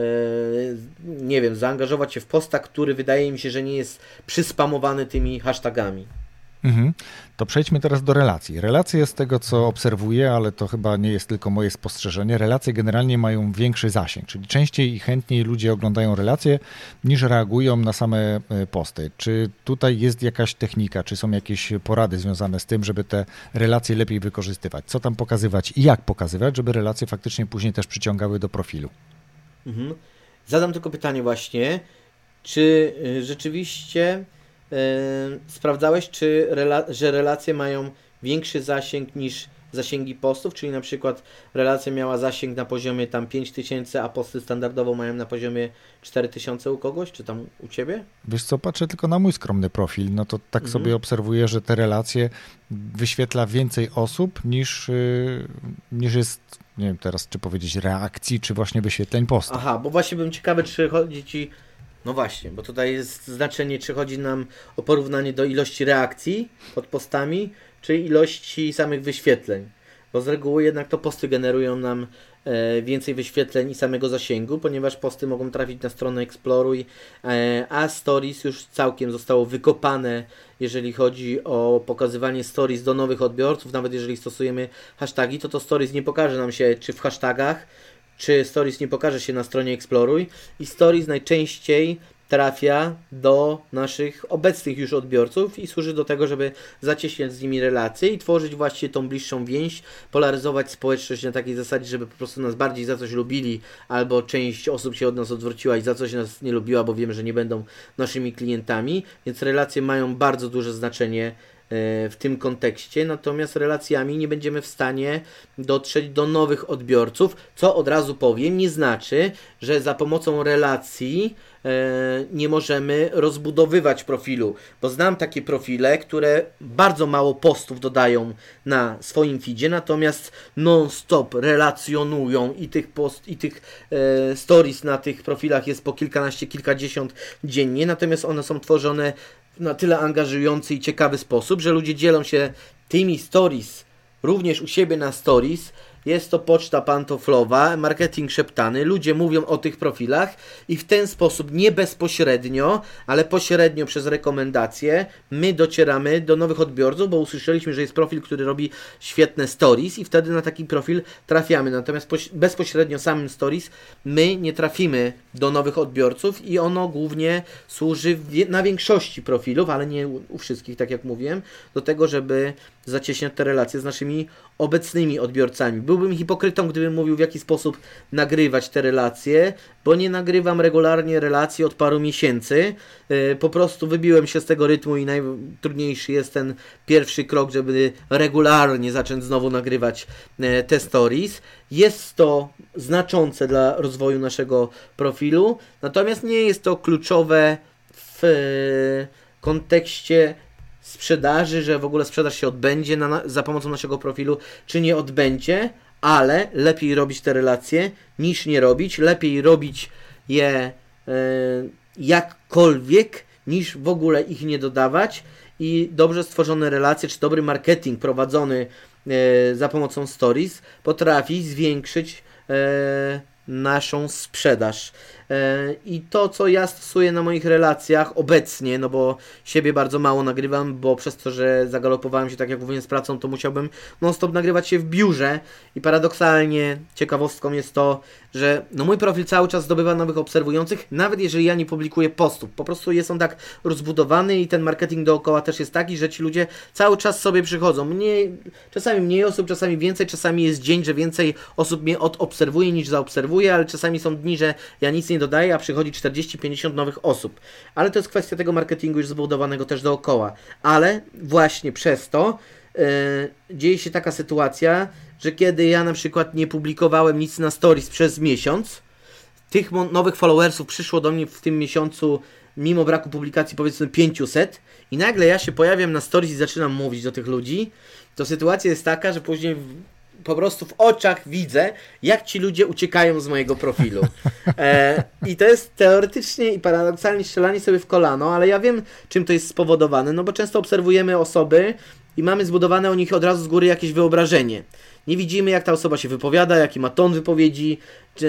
nie wiem, zaangażować się w posta, który wydaje mi się, że nie jest przyspamowany tymi hashtagami. Mhm. To przejdźmy teraz do relacji. Relacje z tego, co obserwuję, ale to chyba nie jest tylko moje spostrzeżenie, relacje generalnie mają większy zasięg, czyli częściej i chętniej ludzie oglądają relacje niż reagują na same posty. Czy tutaj jest jakaś technika, czy są jakieś porady związane z tym, żeby te relacje lepiej wykorzystywać? Co tam pokazywać i jak pokazywać, żeby relacje faktycznie później też przyciągały do profilu? Mhm. Zadam tylko pytanie właśnie, czy rzeczywiście Yy, sprawdzałeś, czy rela- że relacje mają większy zasięg niż zasięgi postów, czyli na przykład relacja miała zasięg na poziomie tam pięć tysięcy, a posty standardowo mają na poziomie cztery tysiące u kogoś, czy tam u Ciebie? Wiesz co, patrzę tylko na mój skromny profil, no to tak mhm. sobie obserwuję, że te relacje wyświetla więcej osób niż, yy, niż jest, nie wiem teraz, czy powiedzieć reakcji, czy właśnie wyświetleń postów. Aha, bo właśnie bym ciekawy, czy chodzi Ci... No właśnie, bo tutaj jest znaczenie, czy chodzi nam o porównanie do ilości reakcji pod postami, czy ilości samych wyświetleń. Bo z reguły jednak to posty generują nam e, więcej wyświetleń i samego zasięgu, ponieważ posty mogą trafić na stronę Exploruj, e, a Stories już całkiem zostało wykopane, jeżeli chodzi o pokazywanie Stories do nowych odbiorców. Nawet jeżeli stosujemy hashtagi, to to Stories nie pokaże nam się czy w hashtagach, czy Stories nie pokaże się na stronie Exploruj i Stories najczęściej trafia do naszych obecnych już odbiorców i służy do tego, żeby zacieśniać z nimi relacje i tworzyć właśnie tą bliższą więź, polaryzować społeczność na takiej zasadzie, żeby po prostu nas bardziej za coś lubili, albo część osób się od nas odwróciła i za coś nas nie lubiła, bo wiemy, że nie będą naszymi klientami, więc relacje mają bardzo duże znaczenie w tym kontekście, natomiast relacjami nie będziemy w stanie dotrzeć do nowych odbiorców, co od razu powiem, nie znaczy, że za pomocą relacji e, nie możemy rozbudowywać profilu, bo znam takie profile, które bardzo mało postów dodają na swoim feedzie, natomiast non-stop relacjonują i tych post, i tych e, stories na tych profilach jest po kilkanaście, kilkadziesiąt dziennie, natomiast one są tworzone na tyle angażujący i ciekawy sposób, że ludzie dzielą się tymi stories również u siebie na stories jest to poczta pantoflowa, marketing szeptany, ludzie mówią o tych profilach i w ten sposób nie bezpośrednio, ale pośrednio przez rekomendacje my docieramy do nowych odbiorców, bo usłyszeliśmy, że jest profil, który robi świetne stories i wtedy na taki profil trafiamy. Natomiast bezpośrednio samym stories my nie trafimy do nowych odbiorców i ono głównie służy na większości profilów, ale nie u wszystkich, tak jak mówiłem, do tego, żeby zacieśniać te relacje z naszymi obecnymi odbiorcami. Byłbym hipokrytą, gdybym mówił, w jaki sposób nagrywać te relacje, bo nie nagrywam regularnie relacji od paru miesięcy. Yy, po prostu wybiłem się z tego rytmu i najtrudniejszy jest ten pierwszy krok, żeby regularnie zacząć znowu nagrywać yy, te stories. Jest to znaczące dla rozwoju naszego profilu, natomiast nie jest to kluczowe w yy, kontekście sprzedaży, że w ogóle sprzedaż się odbędzie na, za pomocą naszego profilu, czy nie odbędzie, ale lepiej robić te relacje niż nie robić, lepiej robić je e, jakkolwiek niż w ogóle ich nie dodawać i dobrze stworzone relacje, czy dobry marketing prowadzony e, za pomocą stories potrafi zwiększyć e, naszą sprzedaż. I to, co ja stosuję na moich relacjach obecnie, no bo siebie bardzo mało nagrywam, bo przez to, że zagalopowałem się, tak jak mówiłem, z pracą, to musiałbym non-stop nagrywać się w biurze i paradoksalnie ciekawostką jest to, że no mój profil cały czas zdobywa nowych obserwujących, nawet jeżeli ja nie publikuję postów. Po prostu jest on tak rozbudowany i ten marketing dookoła też jest taki, że ci ludzie cały czas sobie przychodzą. Mniej, czasami mniej osób, czasami więcej, czasami jest dzień, że więcej osób mnie odobserwuje niż zaobserwuje, ale czasami są dni, że ja nic nie dodaję, a przychodzi czterdzieści pięćdziesiąt nowych osób. Ale to jest kwestia tego marketingu już zbudowanego też dookoła. Ale właśnie przez to yy, dzieje się taka sytuacja, że kiedy ja na przykład nie publikowałem nic na stories przez miesiąc, tych nowych followersów przyszło do mnie w tym miesiącu mimo braku publikacji powiedzmy pięćset i nagle ja się pojawiam na stories i zaczynam mówić do tych ludzi, to sytuacja jest taka, że później po prostu w oczach widzę, jak ci ludzie uciekają z mojego profilu. E, I to jest teoretycznie i paradoksalnie strzelanie sobie w kolano, ale ja wiem, czym to jest spowodowane, no bo często obserwujemy osoby i mamy zbudowane o nich od razu z góry jakieś wyobrażenie. Nie widzimy, jak ta osoba się wypowiada, jaki ma ton wypowiedzi, czy,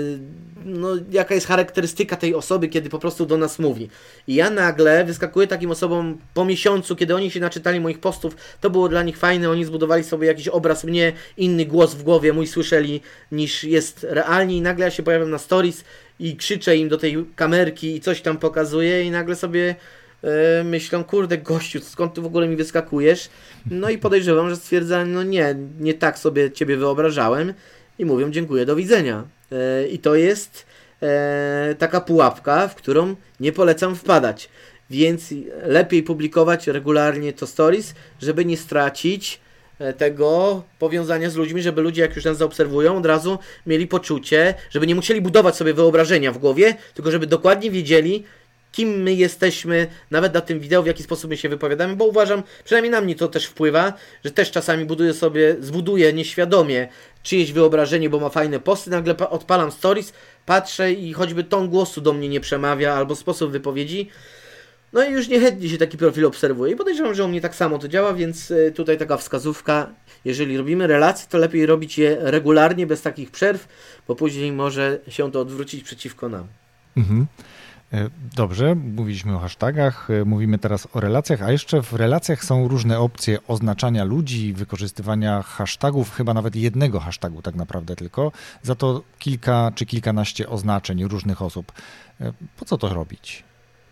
no, jaka jest charakterystyka tej osoby, kiedy po prostu do nas mówi. I ja nagle wyskakuję takim osobom po miesiącu, kiedy oni się naczytali moich postów, to było dla nich fajne, oni zbudowali sobie jakiś obraz mnie, inny głos w głowie mój słyszeli niż jest realnie i nagle ja się pojawiam na stories i krzyczę im do tej kamerki i coś tam pokazuję i nagle sobie yy, myślą, kurde gościu, skąd ty w ogóle mi wyskakujesz? No i podejrzewam, że stwierdzają, no nie, nie tak sobie ciebie wyobrażałem i mówią dziękuję, do widzenia. Yy, I to jest e, taka pułapka, w którą nie polecam wpadać. Więc lepiej publikować regularnie to stories, żeby nie stracić tego powiązania z ludźmi, żeby ludzie, jak już nas zaobserwują, od razu mieli poczucie, żeby nie musieli budować sobie wyobrażenia w głowie, tylko żeby dokładnie wiedzieli, kim my jesteśmy, nawet na tym wideo, w jaki sposób my się wypowiadamy, bo uważam, przynajmniej na mnie to też wpływa, że też czasami buduję sobie, zbuduję nieświadomie czyjeś wyobrażenie, bo ma fajne posty, nagle odpalam stories, patrzę i choćby ton głosu do mnie nie przemawia, albo sposób wypowiedzi, no i już niechętnie się taki profil obserwuje i podejrzewam, że u mnie tak samo to działa, więc tutaj taka wskazówka, jeżeli robimy relacje, to lepiej robić je regularnie, bez takich przerw, bo później może się to odwrócić przeciwko nam. Mhm. Dobrze, mówiliśmy o hashtagach, mówimy teraz o relacjach, a jeszcze w relacjach są różne opcje oznaczania ludzi, wykorzystywania hashtagów, chyba nawet jednego hashtagu tak naprawdę tylko, za to kilka czy kilkanaście oznaczeń różnych osób. Po co to robić?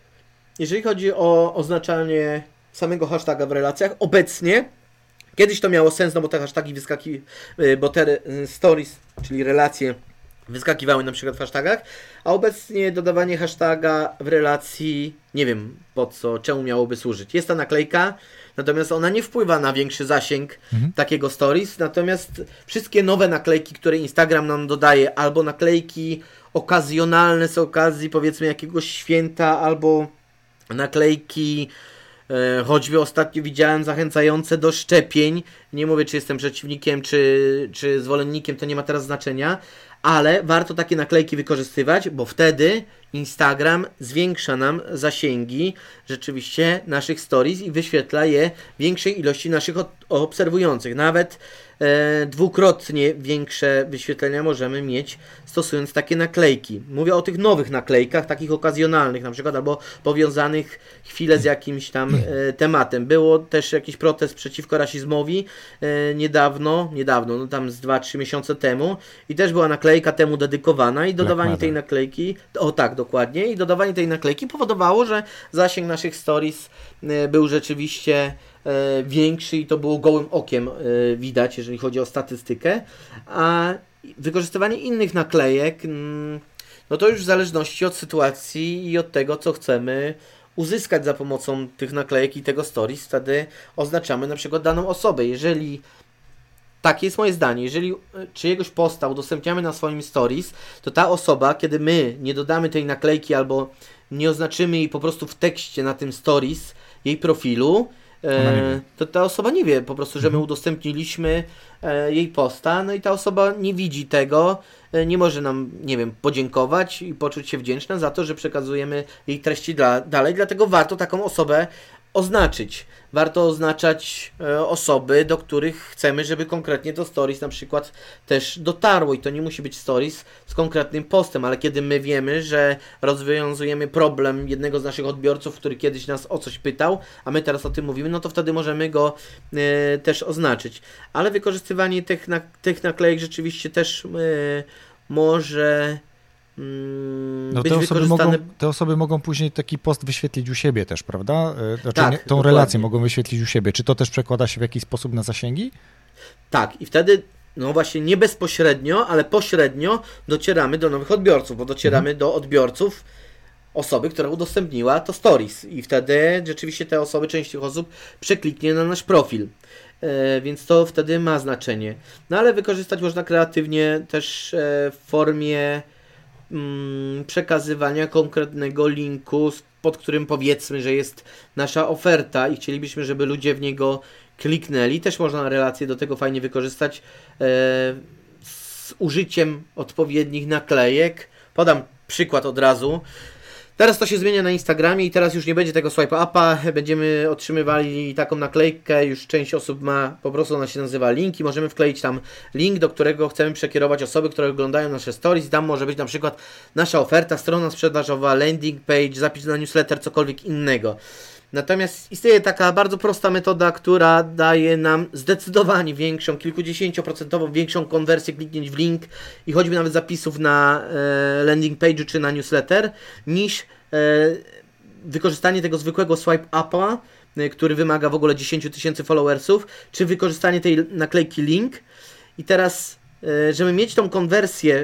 Jeżeli chodzi o oznaczanie samego hashtaga w relacjach, obecnie, kiedyś to miało sens, no bo te hashtagi wyskakiwały, bo te stories, czyli relacje, wyskakiwały na przykład w hashtagach, a obecnie dodawanie hashtaga w relacji, nie wiem po co, czemu miałoby służyć. Jest ta naklejka, natomiast ona nie wpływa na większy zasięg mhm. takiego stories, natomiast wszystkie nowe naklejki, które Instagram nam dodaje, albo naklejki okazjonalne z okazji powiedzmy jakiegoś święta, albo naklejki, e, choćby ostatnio widziałem zachęcające do szczepień, Nie mówię, czy jestem przeciwnikiem, czy, czy zwolennikiem, to nie ma teraz znaczenia, ale warto takie naklejki wykorzystywać, bo wtedy Instagram zwiększa nam zasięgi rzeczywiście naszych stories i wyświetla je większej ilości naszych obserwujących. Nawet e, dwukrotnie większe wyświetlenia możemy mieć stosując takie naklejki. Mówię o tych nowych naklejkach, takich okazjonalnych na przykład, albo powiązanych chwilę z jakimś tam e, tematem. Było też jakiś protest przeciwko rasizmowi e, niedawno, niedawno, no tam z dwa trzy miesiące temu i też była naklejka temu dedykowana i dodawanie tej naklejki, o tak, dokładnie, i dodawanie tej naklejki powodowało, że zasięg naszych stories e, był rzeczywiście e, większy i to było gołym okiem e, widać, jeżeli chodzi o statystykę, a wykorzystywanie innych naklejek, mm, no to już w zależności od sytuacji i od tego, co chcemy uzyskać za pomocą tych naklejek i tego stories, wtedy oznaczamy na przykład daną osobę. Jeżeli takie jest moje zdanie. Jeżeli czyjegoś posta udostępniamy na swoim stories, to ta osoba, kiedy my nie dodamy tej naklejki albo nie oznaczymy jej po prostu w tekście na tym stories jej profilu, e, to ta osoba nie wie po prostu, że my udostępniliśmy e, jej posta, no i ta osoba nie widzi tego, e, nie może nam, nie wiem, podziękować i poczuć się wdzięczna za to, że przekazujemy jej treści dla, dalej, dlatego warto taką osobę oznaczyć. Warto oznaczać e, osoby, do których chcemy, żeby konkretnie to stories na przykład też dotarło i to nie musi być stories z konkretnym postem, ale kiedy my wiemy, że rozwiązujemy problem jednego z naszych odbiorców, który kiedyś nas o coś pytał, a my teraz o tym mówimy, no to wtedy możemy go e, też oznaczyć. Ale wykorzystywanie tych, na, tych naklejek rzeczywiście też e, może No te, osoby mogą, te osoby mogą później taki post wyświetlić u siebie też, prawda? Znaczy tak, nie, tą dokładnie. Relację mogą wyświetlić u siebie. Czy to też przekłada się w jakiś sposób na zasięgi? Tak, i wtedy, no właśnie nie bezpośrednio, ale pośrednio docieramy do nowych odbiorców, bo docieramy mhm. do odbiorców osoby, która udostępniła to stories i wtedy rzeczywiście te osoby, część tych osób przekliknie na nasz profil. E, więc to wtedy ma znaczenie. No ale wykorzystać można kreatywnie też e, w formie przekazywania konkretnego linku, pod którym powiedzmy, że jest nasza oferta i chcielibyśmy, żeby ludzie w niego kliknęli. Też można relację do tego fajnie wykorzystać e, z użyciem odpowiednich naklejek. Podam przykład od razu. Teraz to się zmienia na Instagramie i teraz już nie będzie tego swipe upa, będziemy otrzymywali taką naklejkę, już część osób ma, po prostu ona się nazywa link i możemy wkleić tam link, do którego chcemy przekierować osoby, które oglądają nasze stories. Tam może być na przykład nasza oferta, strona sprzedażowa, landing page, zapis na newsletter, cokolwiek innego. Natomiast istnieje taka bardzo prosta metoda, która daje nam zdecydowanie większą, kilkudziesięcioprocentową większą konwersję kliknięć w link i choćby nawet zapisów na e, landing page czy na newsletter, niż e, wykorzystanie tego zwykłego swipe upa, e, który wymaga w ogóle dziesięć tysięcy followersów, czy wykorzystanie tej naklejki link. I teraz, e, żeby mieć tą konwersję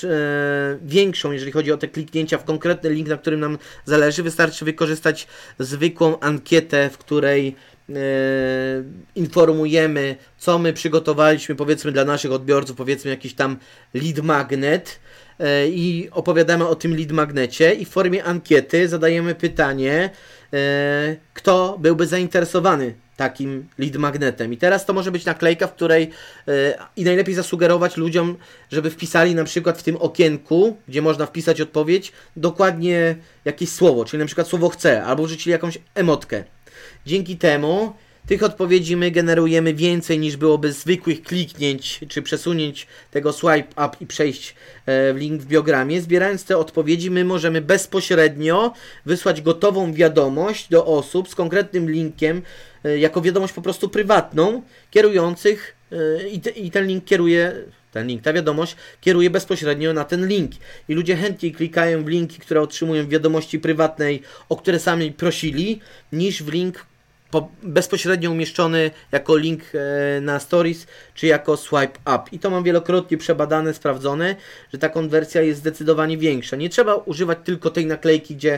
większą, jeżeli chodzi o te kliknięcia w konkretny link, na którym nam zależy, wystarczy wykorzystać zwykłą ankietę, w której e, informujemy, co my przygotowaliśmy, powiedzmy dla naszych odbiorców, powiedzmy jakiś tam lead magnet e, i opowiadamy o tym lead magnecie i w formie ankiety zadajemy pytanie, e, kto byłby zainteresowany takim lead magnetem. I teraz to może być naklejka, w której yy, i najlepiej zasugerować ludziom, żeby wpisali na przykład w tym okienku, gdzie można wpisać odpowiedź, dokładnie jakieś słowo, czyli na przykład słowo chcę, albo wrzucili jakąś emotkę. Dzięki temu tych odpowiedzi my generujemy więcej niż byłoby zwykłych kliknięć, czy przesunięć tego swipe up i przejść w link w biogramie. Zbierając te odpowiedzi, my możemy bezpośrednio wysłać gotową wiadomość do osób z konkretnym linkiem, jako wiadomość po prostu prywatną, kierujących i, te, i ten link kieruje, ten link, ta wiadomość kieruje bezpośrednio na ten link. I ludzie chętniej klikają w linki, które otrzymują w wiadomości prywatnej, o które sami prosili, niż w link po, bezpośrednio umieszczony jako link e, na stories, czy jako swipe up. I to mam wielokrotnie przebadane, sprawdzone, że ta konwersja jest zdecydowanie większa. Nie trzeba używać tylko tej naklejki, gdzie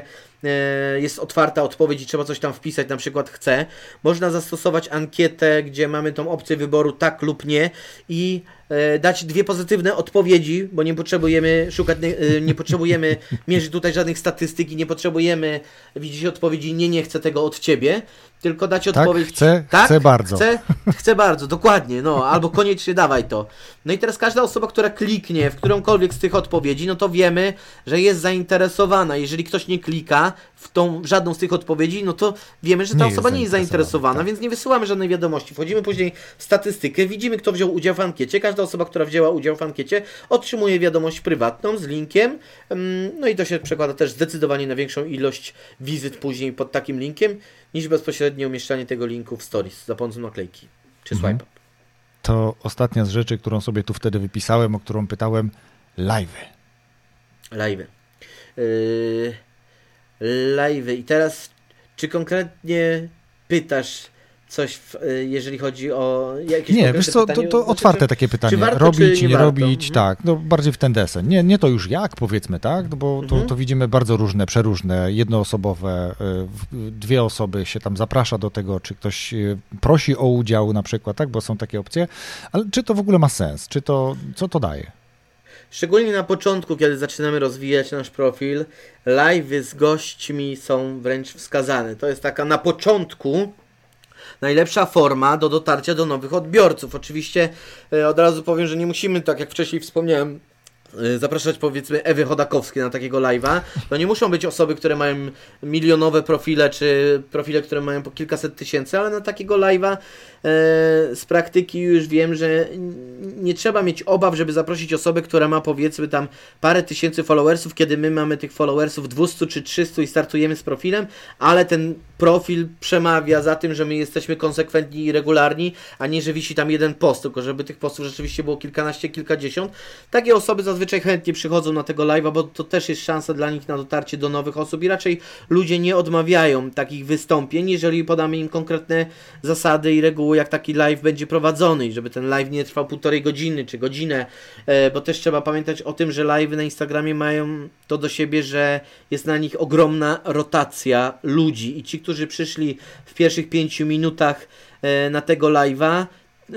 jest otwarta odpowiedź i trzeba coś tam wpisać, na przykład chcę. Można zastosować ankietę, gdzie mamy tą opcję wyboru tak lub nie i dać dwie pozytywne odpowiedzi, bo nie potrzebujemy szukać, nie potrzebujemy mierzyć tutaj żadnych statystyk i nie potrzebujemy widzieć odpowiedzi nie, nie chcę tego od ciebie, tylko dać odpowiedź tak, chcę, tak, chcę bardzo. Chcę, chcę bardzo, dokładnie, no, albo koniecznie dawaj to. No i teraz każda osoba, która kliknie w którąkolwiek z tych odpowiedzi, no to wiemy, że jest zainteresowana. Jeżeli ktoś nie klika w tą w żadną z tych odpowiedzi, no to wiemy, że ta nie osoba jest nie jest zainteresowana, tak. Więc nie wysyłamy żadnej wiadomości. Wchodzimy później w statystykę, widzimy, kto wziął udział w ankiecie. Każda osoba, która wzięła udział w ankiecie, otrzymuje wiadomość prywatną z linkiem. No i to się przekłada też zdecydowanie na większą ilość wizyt później pod takim linkiem, niż bezpośrednie umieszczanie tego linku w stories za pomocą naklejki czy mhm. swipe up. To ostatnia z rzeczy, którą sobie tu wtedy wypisałem, o którą pytałem, live'y. Live'y. Yy, live'y. I teraz, czy konkretnie pytasz coś, w, jeżeli chodzi o jakieś Nie, wiesz co, pytanie, to, to znaczy, otwarte czy, takie pytanie. warto, Robić, nie, nie warto? robić, mhm. tak, no bardziej w ten desen. Nie, nie to już jak, powiedzmy, tak, no bo to, mhm. to widzimy bardzo różne, przeróżne, jednoosobowe, dwie osoby się tam zaprasza do tego, czy ktoś prosi o udział na przykład, tak, bo są takie opcje, ale czy to w ogóle ma sens, czy to, co to daje? Szczególnie na początku, kiedy zaczynamy rozwijać nasz profil, live'y z gośćmi są wręcz wskazane. To jest taka na początku najlepsza forma do dotarcia do nowych odbiorców. Oczywiście e, od razu powiem, że nie musimy, tak jak wcześniej wspomniałem, e, zapraszać powiedzmy Ewy Chodakowskiej na takiego live'a. To nie muszą być osoby, które mają milionowe profile, czy profile, które mają po kilkaset tysięcy, ale na takiego live'a e, z praktyki już wiem, że nie trzeba mieć obaw, żeby zaprosić osobę, która ma powiedzmy tam parę tysięcy followersów, kiedy my mamy tych followersów dwieście czy trzysta i startujemy z profilem, ale ten profil przemawia za tym, że my jesteśmy konsekwentni i regularni, a nie, że wisi tam jeden post, tylko żeby tych postów rzeczywiście było kilkanaście, kilkadziesiąt. Takie osoby zazwyczaj chętnie przychodzą na tego live'a, bo to też jest szansa dla nich na dotarcie do nowych osób i raczej ludzie nie odmawiają takich wystąpień, jeżeli podamy im konkretne zasady i reguły, jak taki live będzie prowadzony i żeby ten live nie trwał półtorej godziny czy godzinę, bo też trzeba pamiętać o tym, że live'y na Instagramie mają to do siebie, że jest na nich ogromna rotacja ludzi i ci, którzy przyszli w pierwszych pięciu minutach na tego live'a,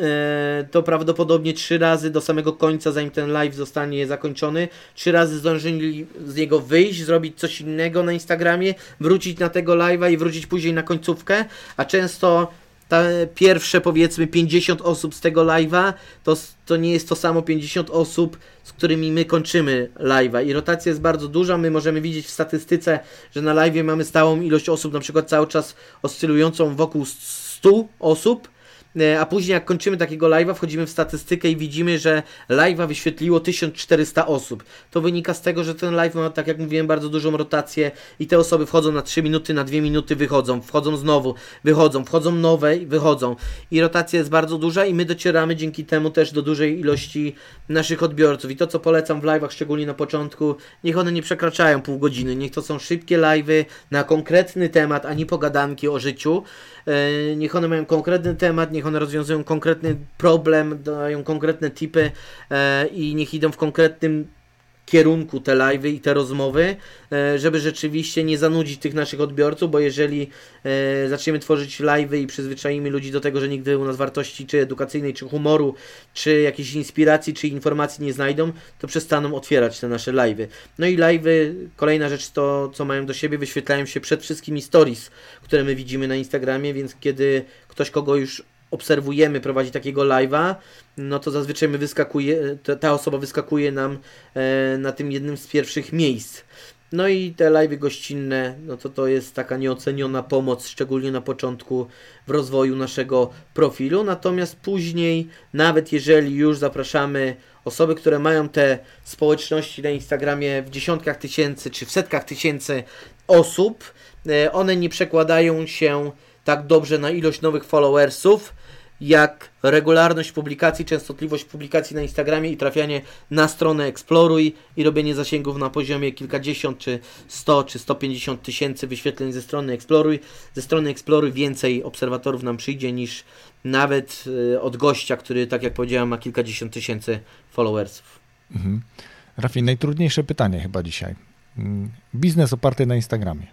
to prawdopodobnie trzy razy do samego końca, zanim ten live zostanie zakończony, trzy razy zdążyli z niego wyjść, zrobić coś innego na Instagramie, wrócić na tego live'a i wrócić później na końcówkę, a często te pierwsze powiedzmy pięćdziesiąt osób z tego live'a, to, to nie jest to samo pięćdziesiąt osób, z którymi my kończymy live'a i rotacja jest bardzo duża. My możemy widzieć w statystyce, że na live'ie mamy stałą ilość osób, na przykład cały czas oscylującą wokół stu osób, a później jak kończymy takiego live'a, wchodzimy w statystykę i widzimy, że live'a wyświetliło tysiąc czterysta osób. To wynika z tego, że ten live ma, tak jak mówiłem, bardzo dużą rotację i te osoby wchodzą na trzy minuty, na dwie minuty wychodzą, wchodzą znowu, wychodzą, wchodzą nowe i wychodzą. I rotacja jest bardzo duża i my docieramy dzięki temu też do dużej ilości naszych odbiorców. I to, co polecam w live'ach, szczególnie na początku, niech one nie przekraczają pół godziny, niech to są szybkie live'y na konkretny temat, a nie pogadanki o życiu. Niech one mają konkretny temat, niech one rozwiązują konkretny problem, dają konkretne tipy e, i niech idą w konkretnym kierunku te live'y i te rozmowy, e, żeby rzeczywiście nie zanudzić tych naszych odbiorców, bo jeżeli e, zaczniemy tworzyć live'y i przyzwyczaimy ludzi do tego, że nigdy u nas wartości czy edukacyjnej, czy humoru, czy jakiejś inspiracji, czy informacji nie znajdą, to przestaną otwierać te nasze live'y. No i live'y, kolejna rzecz to, co mają do siebie, wyświetlają się przed wszystkimi stories, które my widzimy na Instagramie, więc kiedy ktoś, kogo już obserwujemy, prowadzi takiego live'a, no to zazwyczaj my wyskakuje, ta, ta osoba wyskakuje nam e, na tym jednym z pierwszych miejsc. No i te live'y gościnne, no to to jest taka nieoceniona pomoc, szczególnie na początku w rozwoju naszego profilu, natomiast później, nawet jeżeli już zapraszamy osoby, które mają te społeczności na Instagramie w dziesiątkach tysięcy czy w setkach tysięcy osób, e, one nie przekładają się tak dobrze na ilość nowych followersów, jak regularność publikacji, częstotliwość publikacji na Instagramie i trafianie na stronę Eksploruj i robienie zasięgów na poziomie kilkadziesiąt, czy sto, czy sto pięćdziesiąt tysięcy wyświetleń ze strony Eksploruj. Ze strony Eksploruj więcej obserwatorów nam przyjdzie niż nawet y, od gościa, który, tak jak powiedziałem, ma kilkadziesiąt tysięcy followersów. Mhm. Rafi, najtrudniejsze pytanie chyba dzisiaj. Biznes oparty na Instagramie.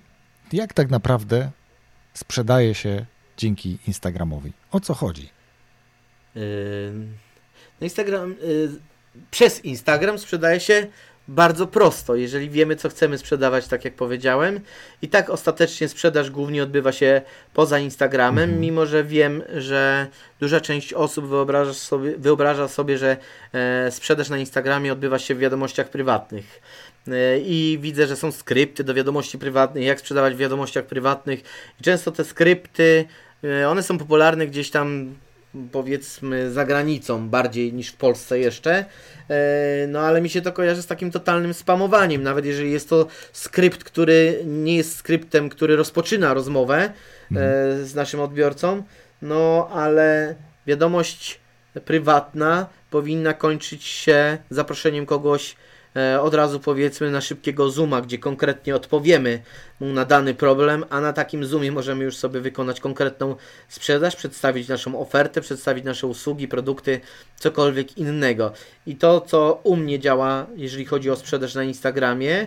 Jak tak naprawdę sprzedaje się dzięki Instagramowi? O co chodzi? Yy, no Instagram, yy, przez Instagram sprzedaje się bardzo prosto, jeżeli wiemy, co chcemy sprzedawać, tak jak powiedziałem. I tak ostatecznie sprzedaż głównie odbywa się poza Instagramem, mhm. mimo że wiem, że duża część osób wyobraża sobie, wyobraża sobie że e, sprzedaż na Instagramie odbywa się w wiadomościach prywatnych. E, I widzę, że są skrypty do wiadomości prywatnych, jak sprzedawać w wiadomościach prywatnych. I często te skrypty, e, one są popularne gdzieś tam, powiedzmy, za granicą bardziej niż w Polsce jeszcze, no ale mi się to kojarzy z takim totalnym spamowaniem, nawet jeżeli jest to skrypt, który nie jest skryptem, który rozpoczyna rozmowę mhm. z naszym odbiorcą, no ale wiadomość prywatna powinna kończyć się zaproszeniem kogoś od razu, powiedzmy, na szybkiego Zooma, gdzie konkretnie odpowiemy mu na dany problem, a na takim Zoomie możemy już sobie wykonać konkretną sprzedaż, przedstawić naszą ofertę, przedstawić nasze usługi, produkty, cokolwiek innego. I to, co u mnie działa, jeżeli chodzi o sprzedaż na Instagramie,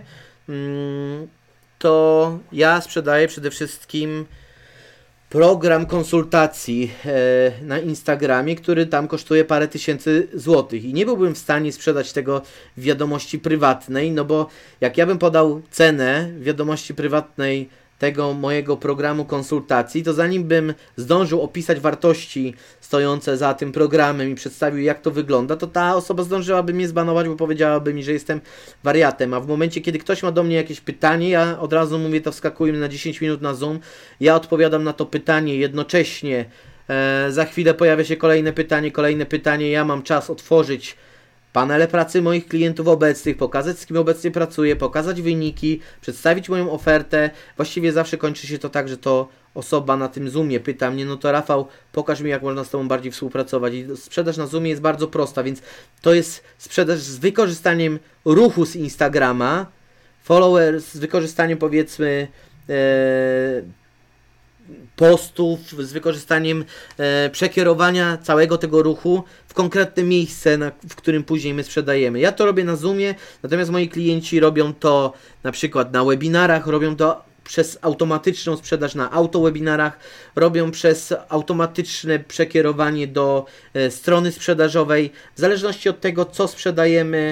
to ja sprzedaję przede wszystkim program konsultacji e, na Instagramie, który tam kosztuje parę tysięcy złotych i nie byłbym w stanie sprzedać tego w wiadomości prywatnej, no bo jak ja bym podał cenę w wiadomości prywatnej tego mojego programu konsultacji, to zanim bym zdążył opisać wartości stojące za tym programem i przedstawił, jak to wygląda, to ta osoba zdążyłaby mnie zbanować, bo powiedziałaby mi, że jestem wariatem, a w momencie, kiedy ktoś ma do mnie jakieś pytanie, ja od razu mówię, to wskakujmy na dziesięć minut na Zoom, ja odpowiadam na to pytanie jednocześnie, e, za chwilę pojawia się kolejne pytanie, kolejne pytanie, ja mam czas otworzyć panele pracy moich klientów obecnych, pokazać, z kim obecnie pracuję, pokazać wyniki, przedstawić moją ofertę. Właściwie zawsze kończy się to tak, że to osoba na tym Zoomie pyta mnie, no to Rafał, pokaż mi, jak można z Tobą bardziej współpracować. I sprzedaż na Zoomie jest bardzo prosta, więc to jest sprzedaż z wykorzystaniem ruchu z Instagrama, followers, z wykorzystaniem, powiedzmy, ee, postów, z wykorzystaniem e, przekierowania całego tego ruchu w konkretne miejsce, na, w którym później my sprzedajemy. Ja to robię na Zoomie, natomiast moi klienci robią to na przykład na webinarach, robią to przez automatyczną sprzedaż na autowebinarach, robią przez automatyczne przekierowanie do e, strony sprzedażowej. W zależności od tego, co sprzedajemy,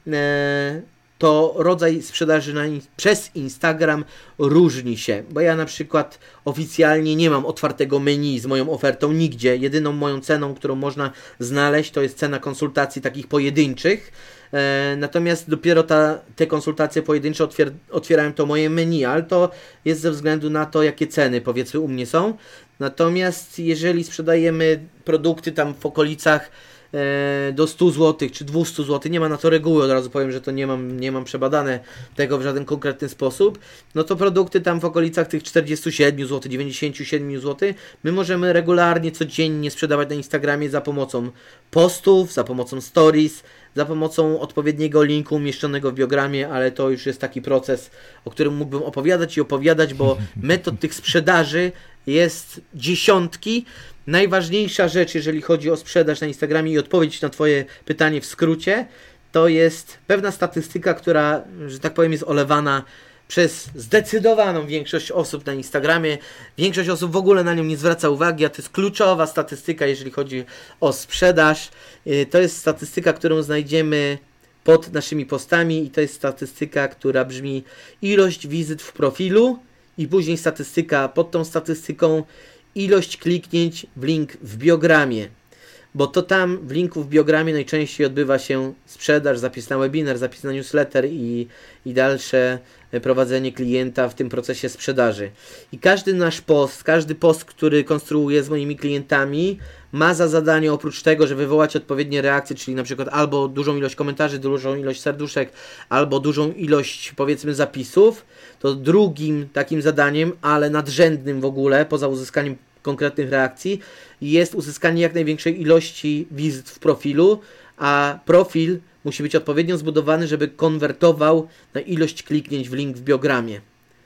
e, to rodzaj sprzedaży na, przez Instagram różni się, bo ja na przykład oficjalnie nie mam otwartego menu z moją ofertą nigdzie. Jedyną moją ceną, którą można znaleźć, to jest cena konsultacji takich pojedynczych, e, natomiast dopiero ta, te konsultacje pojedyncze otwier otwierają to moje menu, ale to jest ze względu na to, jakie ceny, powiedzmy, u mnie są. Natomiast jeżeli sprzedajemy produkty tam w okolicach do stu złotych czy dwieście złotych, nie ma na to reguły, od razu powiem, że to nie mam, nie mam przebadane tego w żaden konkretny sposób, no to produkty tam w okolicach tych czterdziestu siedmiu złotych, dziewięćdziesięciu siedmiu złotych my możemy regularnie, codziennie sprzedawać na Instagramie za pomocą postów, za pomocą stories, za pomocą odpowiedniego linku umieszczonego w biogramie, ale to już jest taki proces, o którym mógłbym opowiadać i opowiadać, bo metod tych sprzedaży jest dziesiątki. Najważniejsza rzecz, jeżeli chodzi o sprzedaż na Instagramie i odpowiedź na Twoje pytanie w skrócie, to jest pewna statystyka, która, że tak powiem, jest olewana przez zdecydowaną większość osób na Instagramie. Większość osób w ogóle na nią nie zwraca uwagi, a to jest kluczowa statystyka, jeżeli chodzi o sprzedaż. To jest statystyka, którą znajdziemy pod naszymi postami i to jest statystyka, która brzmi ilość wizyt w profilu i później statystyka pod tą statystyką ilość kliknięć w link w biogramie, bo to tam w linku w biogramie najczęściej odbywa się sprzedaż, zapis na webinar, zapis na newsletter i, i dalsze prowadzenie klienta w tym procesie sprzedaży. I każdy nasz post, każdy post, który konstruuję z moimi klientami, ma za zadanie oprócz tego, że wywołać odpowiednie reakcje, czyli na przykład albo dużą ilość komentarzy, dużą ilość serduszek, albo dużą ilość, powiedzmy, zapisów, to drugim takim zadaniem, ale nadrzędnym w ogóle, poza uzyskaniem konkretnych reakcji, jest uzyskanie jak największej ilości wizyt w profilu, a profil musi być odpowiednio zbudowany, żeby konwertował na ilość kliknięć w link w biogramie.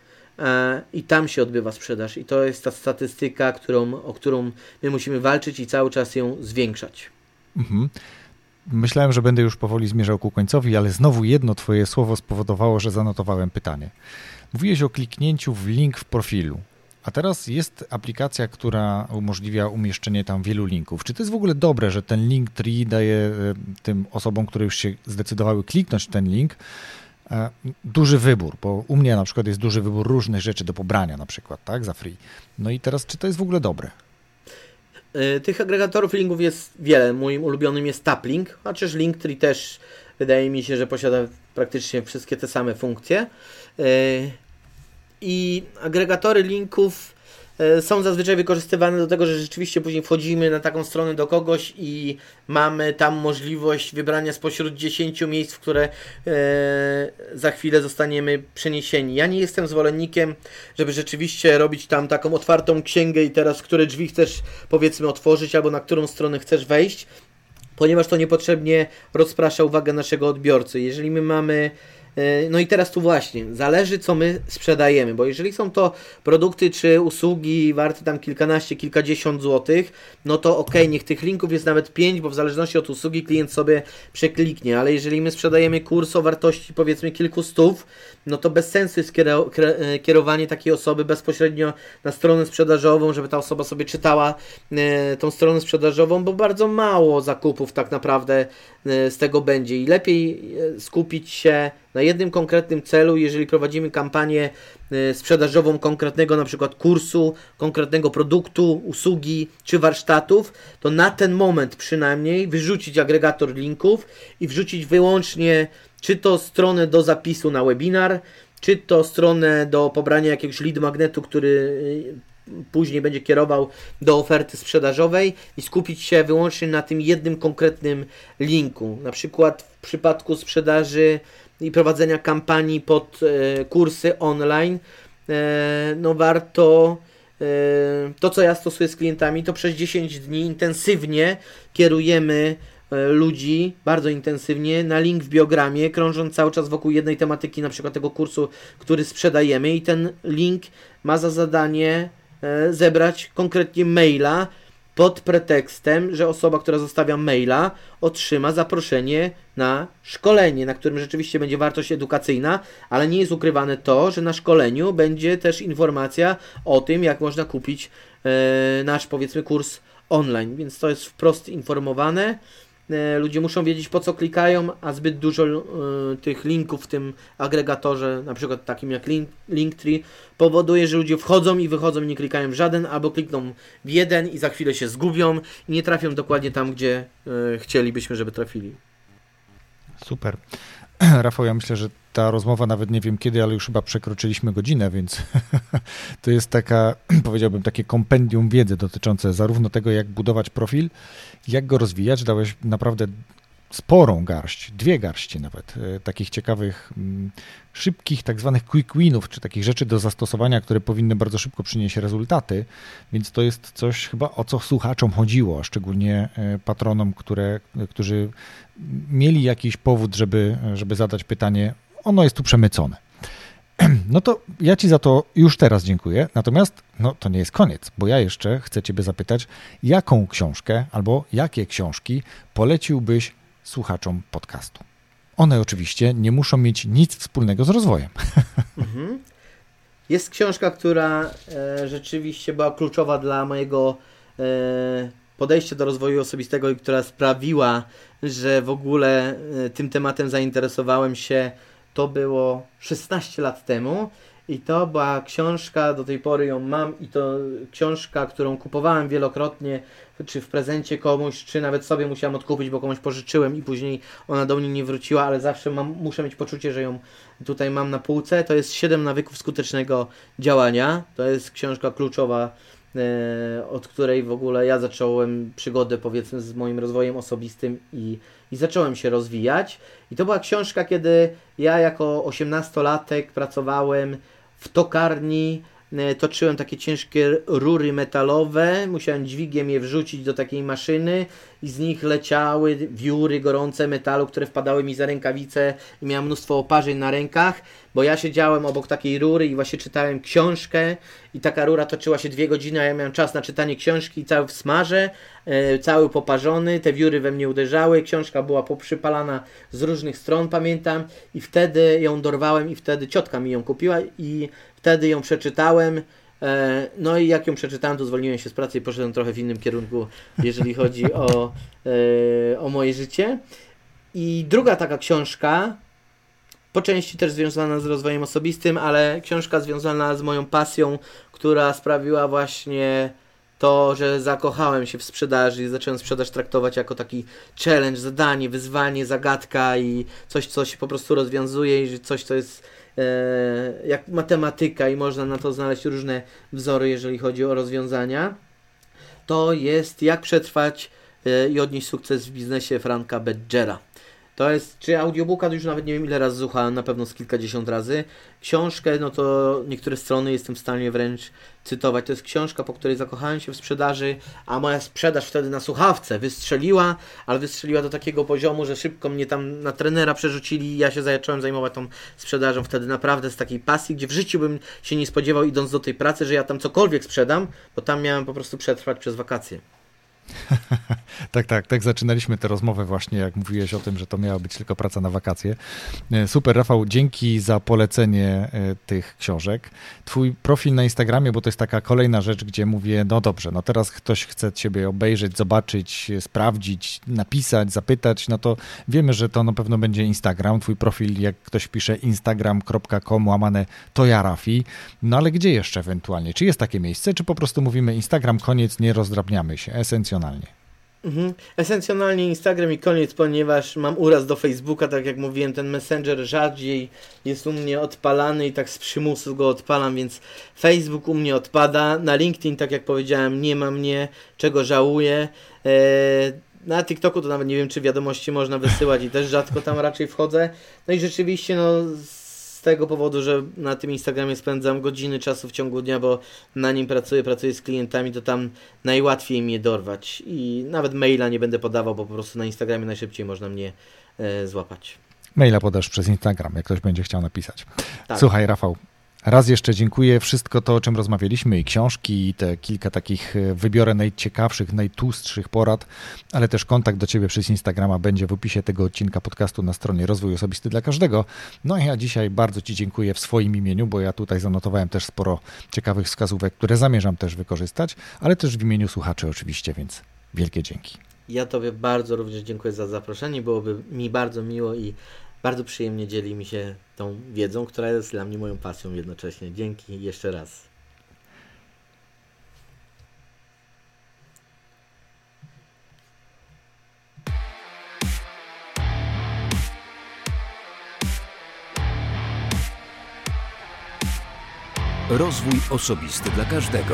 I tam się odbywa sprzedaż. I to jest ta statystyka, którą, o którą my musimy walczyć i cały czas ją zwiększać. Mhm. Myślałem, że będę już powoli zmierzał ku końcowi, ale znowu jedno Twoje słowo spowodowało, że zanotowałem pytanie. Mówiłeś o kliknięciu w link w profilu, a teraz jest aplikacja, która umożliwia umieszczenie tam wielu linków. Czy to jest w ogóle dobre, że ten Linktree daje tym osobom, które już się zdecydowały kliknąć w ten link, duży wybór, bo u mnie na przykład jest duży wybór różnych rzeczy do pobrania na przykład, tak, za free. No i teraz, czy to jest w ogóle dobre? Tych agregatorów linków jest wiele. Moim ulubionym jest Taplink, chociaż Linktree też wydaje mi się, że posiada praktycznie wszystkie te same funkcje. I agregatory linków są zazwyczaj wykorzystywane do tego, że rzeczywiście później wchodzimy na taką stronę do kogoś i mamy tam możliwość wybrania spośród dziesięciu miejsc, w które e, za chwilę zostaniemy przeniesieni. Ja nie jestem zwolennikiem, żeby rzeczywiście robić tam taką otwartą księgę i teraz które drzwi chcesz, powiedzmy, otworzyć albo na którą stronę chcesz wejść, ponieważ to niepotrzebnie rozprasza uwagę naszego odbiorcy. Jeżeli my mamy No i teraz tu właśnie, zależy co my sprzedajemy, bo jeżeli są to produkty czy usługi warte tam kilkanaście, kilkadziesiąt złotych, no to okej, niech tych linków jest nawet pięć, bo w zależności od usługi klient sobie przekliknie, ale jeżeli my sprzedajemy kurs o wartości powiedzmy kilku stów, no to bez sensu jest kierowanie takiej osoby bezpośrednio na stronę sprzedażową, żeby ta osoba sobie czytała tą stronę sprzedażową, bo bardzo mało zakupów tak naprawdę z tego będzie i lepiej skupić się na jednym konkretnym celu. Jeżeli prowadzimy kampanię sprzedażową konkretnego na przykład kursu, konkretnego produktu, usługi czy warsztatów, to na ten moment przynajmniej wyrzucić agregator linków i wrzucić wyłącznie czy to stronę do zapisu na webinar, czy to stronę do pobrania jakiegoś lead magnetu, który później będzie kierował do oferty sprzedażowej i skupić się wyłącznie na tym jednym konkretnym linku. Na przykład w przypadku sprzedaży i prowadzenia kampanii pod e, kursy online, e, no warto e, to, co ja stosuję z klientami, to przez dziesięć dni intensywnie kierujemy e, ludzi, bardzo intensywnie, na link w biogramie, krążąc cały czas wokół jednej tematyki, na przykład tego kursu, który sprzedajemy, i ten link ma za zadanie e, zebrać konkretnie maila pod pretekstem, że osoba, która zostawia maila, otrzyma zaproszenie na szkolenie, na którym rzeczywiście będzie wartość edukacyjna, ale nie jest ukrywane to, że na szkoleniu będzie też informacja o tym, jak można kupić e, nasz, powiedzmy, kurs online, więc to jest wprost informowane. E, ludzie muszą wiedzieć, po co klikają, a zbyt dużo e, tych linków w tym agregatorze, na przykład takim jak link, Linktree, powoduje, że ludzie wchodzą i wychodzą i nie klikają w żaden, albo klikną w jeden i za chwilę się zgubią i nie trafią dokładnie tam, gdzie e, chcielibyśmy, żeby trafili. Super. Rafał, ja myślę, że ta rozmowa, nawet nie wiem kiedy, ale już chyba przekroczyliśmy godzinę, więc to jest taka, powiedziałbym, takie kompendium wiedzy dotyczące zarówno tego, jak budować profil, jak go rozwijać. Dałeś naprawdę sporą garść, dwie garści nawet, takich ciekawych, szybkich, tak zwanych quick winów, czy takich rzeczy do zastosowania, które powinny bardzo szybko przynieść rezultaty, więc to jest coś chyba, o co słuchaczom chodziło, a szczególnie patronom, które, którzy mieli jakiś powód, żeby, żeby zadać pytanie, ono jest tu przemycone. No to ja Ci za to już teraz dziękuję, natomiast no, to nie jest koniec, bo ja jeszcze chcę Ciebie zapytać, jaką książkę albo jakie książki poleciłbyś słuchaczom podcastu? One oczywiście nie muszą mieć nic wspólnego z rozwojem. Mhm. Jest książka, która e, rzeczywiście była kluczowa dla mojego e, podejścia do rozwoju osobistego i która sprawiła, że w ogóle e, tym tematem zainteresowałem się. To było szesnaście lat temu i to była książka, do tej pory ją mam, i to książka, którą kupowałem wielokrotnie, czy w prezencie komuś, czy nawet sobie musiałem odkupić, bo komuś pożyczyłem i później ona do mnie nie wróciła, ale zawsze mam, muszę mieć poczucie, że ją tutaj mam na półce. To jest siedem nawyków skutecznego działania. To jest książka kluczowa, e, od której w ogóle ja zacząłem przygodę, powiedzmy, z moim rozwojem osobistym i, i zacząłem się rozwijać. I to była książka, kiedy ja jako osiemnastolatek pracowałem w tokarni toczyłem takie ciężkie rury metalowe, musiałem dźwigiem je wrzucić do takiej maszyny i z nich leciały wióry gorące metalu, które wpadały mi za rękawice i miałem mnóstwo oparzeń na rękach, bo ja siedziałem obok takiej rury i właśnie czytałem książkę i taka rura toczyła się dwie godziny, a ja miałem czas na czytanie książki cały w smarze, e, cały poparzony, te wióry we mnie uderzały, książka była poprzypalana z różnych stron, pamiętam, i wtedy ją dorwałem i wtedy ciotka mi ją kupiła i wtedy ją przeczytałem. No i jak ją przeczytałem, to zwolniłem się z pracy i poszedłem trochę w innym kierunku, jeżeli chodzi o, o moje życie. I druga taka książka, po części też związana z rozwojem osobistym, ale książka związana z moją pasją, która sprawiła właśnie to, że zakochałem się w sprzedaży i zacząłem sprzedaż traktować jako taki challenge, zadanie, wyzwanie, zagadka i coś, co się po prostu rozwiązuje i coś, co jest e, jak matematyka i można na to znaleźć różne wzory, jeżeli chodzi o rozwiązania. To jest Jak przetrwać e, i odnieść sukces w biznesie Franka Badgera. To jest, czy audiobooka, to już nawet nie wiem ile razy słuchałem, na pewno z kilkadziesiąt razy. Książkę, no to niektóre strony jestem w stanie wręcz cytować. To jest książka, po której zakochałem się w sprzedaży, a moja sprzedaż wtedy na słuchawce wystrzeliła, ale wystrzeliła do takiego poziomu, że szybko mnie tam na trenera przerzucili i ja się zacząłem zajmować tą sprzedażą wtedy naprawdę z takiej pasji, gdzie w życiu bym się nie spodziewał, idąc do tej pracy, że ja tam cokolwiek sprzedam, bo tam miałem po prostu przetrwać przez wakacje. tak, tak, tak zaczynaliśmy tę rozmowę właśnie, jak mówiłeś o tym, że to miała być tylko praca na wakacje. Super, Rafał, dzięki za polecenie tych książek. Twój profil na Instagramie, bo to jest taka kolejna rzecz, gdzie mówię, no dobrze, no teraz ktoś chce ciebie obejrzeć, zobaczyć, sprawdzić, napisać, zapytać, no to wiemy, że to na pewno będzie Instagram. Twój profil, jak ktoś pisze instagram kropka com łamane to ja Rafi, no ale gdzie jeszcze ewentualnie? Czy jest takie miejsce, czy po prostu mówimy Instagram, koniec, nie rozdrabniamy się, esencjonalnie? Mhm. Esencjonalnie Instagram i koniec, ponieważ mam uraz do Facebooka, tak jak mówiłem, ten Messenger rzadziej jest u mnie odpalany i tak z przymusu go odpalam, więc Facebook u mnie odpada. Na LinkedIn, tak jak powiedziałem, nie ma mnie, czego żałuję. Eee, na TikToku to nawet nie wiem, czy wiadomości można wysyłać i też rzadko tam raczej wchodzę. No i rzeczywiście, no z tego powodu, że na tym Instagramie spędzam godziny czasu w ciągu dnia, bo na nim pracuję, pracuję z klientami, to tam najłatwiej mnie dorwać i nawet maila nie będę podawał, bo po prostu na Instagramie najszybciej można mnie e, złapać. Maila podasz przez Instagram, jak ktoś będzie chciał napisać. Tak. Słuchaj, Rafał, raz jeszcze dziękuję. Wszystko to, o czym rozmawialiśmy, i książki, i te kilka takich wybiorę najciekawszych, najtłustszych porad, ale też kontakt do Ciebie przez Instagrama będzie w opisie tego odcinka podcastu na stronie Rozwój Osobisty dla Każdego. No i ja dzisiaj bardzo Ci dziękuję w swoim imieniu, bo ja tutaj zanotowałem też sporo ciekawych wskazówek, które zamierzam też wykorzystać, ale też w imieniu słuchaczy oczywiście, więc wielkie dzięki. Ja Tobie bardzo również dziękuję za zaproszenie. Byłoby mi bardzo miło i bardzo przyjemnie dzieli mi się tą wiedzą, która jest dla mnie moją pasją jednocześnie. Dzięki jeszcze raz. Rozwój osobisty dla każdego.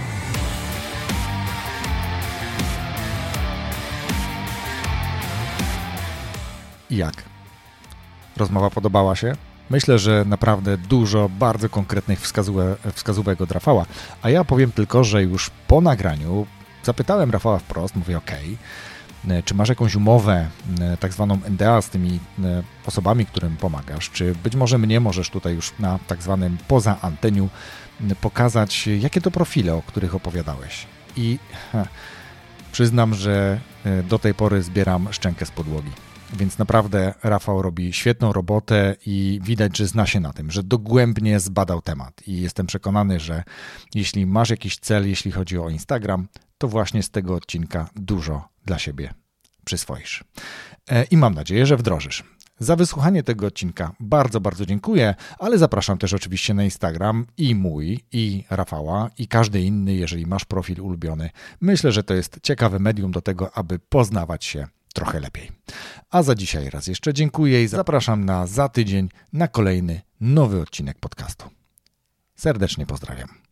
Jak? Rozmowa podobała się? Myślę, że naprawdę dużo bardzo konkretnych wskazówek, wskazówek od Rafała, a ja powiem tylko, że już po nagraniu zapytałem Rafała wprost, mówię ok, czy masz jakąś umowę, tak zwaną N D A z tymi osobami, którym pomagasz, czy być może mnie możesz tutaj już na tak zwanym poza anteniu pokazać, jakie to profile, o których opowiadałeś. I ha, przyznam, że do tej pory zbieram szczękę z podłogi. Więc naprawdę Rafał robi świetną robotę i widać, że zna się na tym, że dogłębnie zbadał temat. I jestem przekonany, że jeśli masz jakiś cel, jeśli chodzi o Instagram, to właśnie z tego odcinka dużo dla siebie przyswoisz. I mam nadzieję, że wdrożysz. Za wysłuchanie tego odcinka bardzo, bardzo dziękuję, ale zapraszam też oczywiście na Instagram i mój, i Rafała, i każdy inny, jeżeli masz profil ulubiony. Myślę, że to jest ciekawe medium do tego, aby poznawać się trochę lepiej. A za dzisiaj raz jeszcze dziękuję i zapraszam na za tydzień na kolejny nowy odcinek podcastu. Serdecznie pozdrawiam.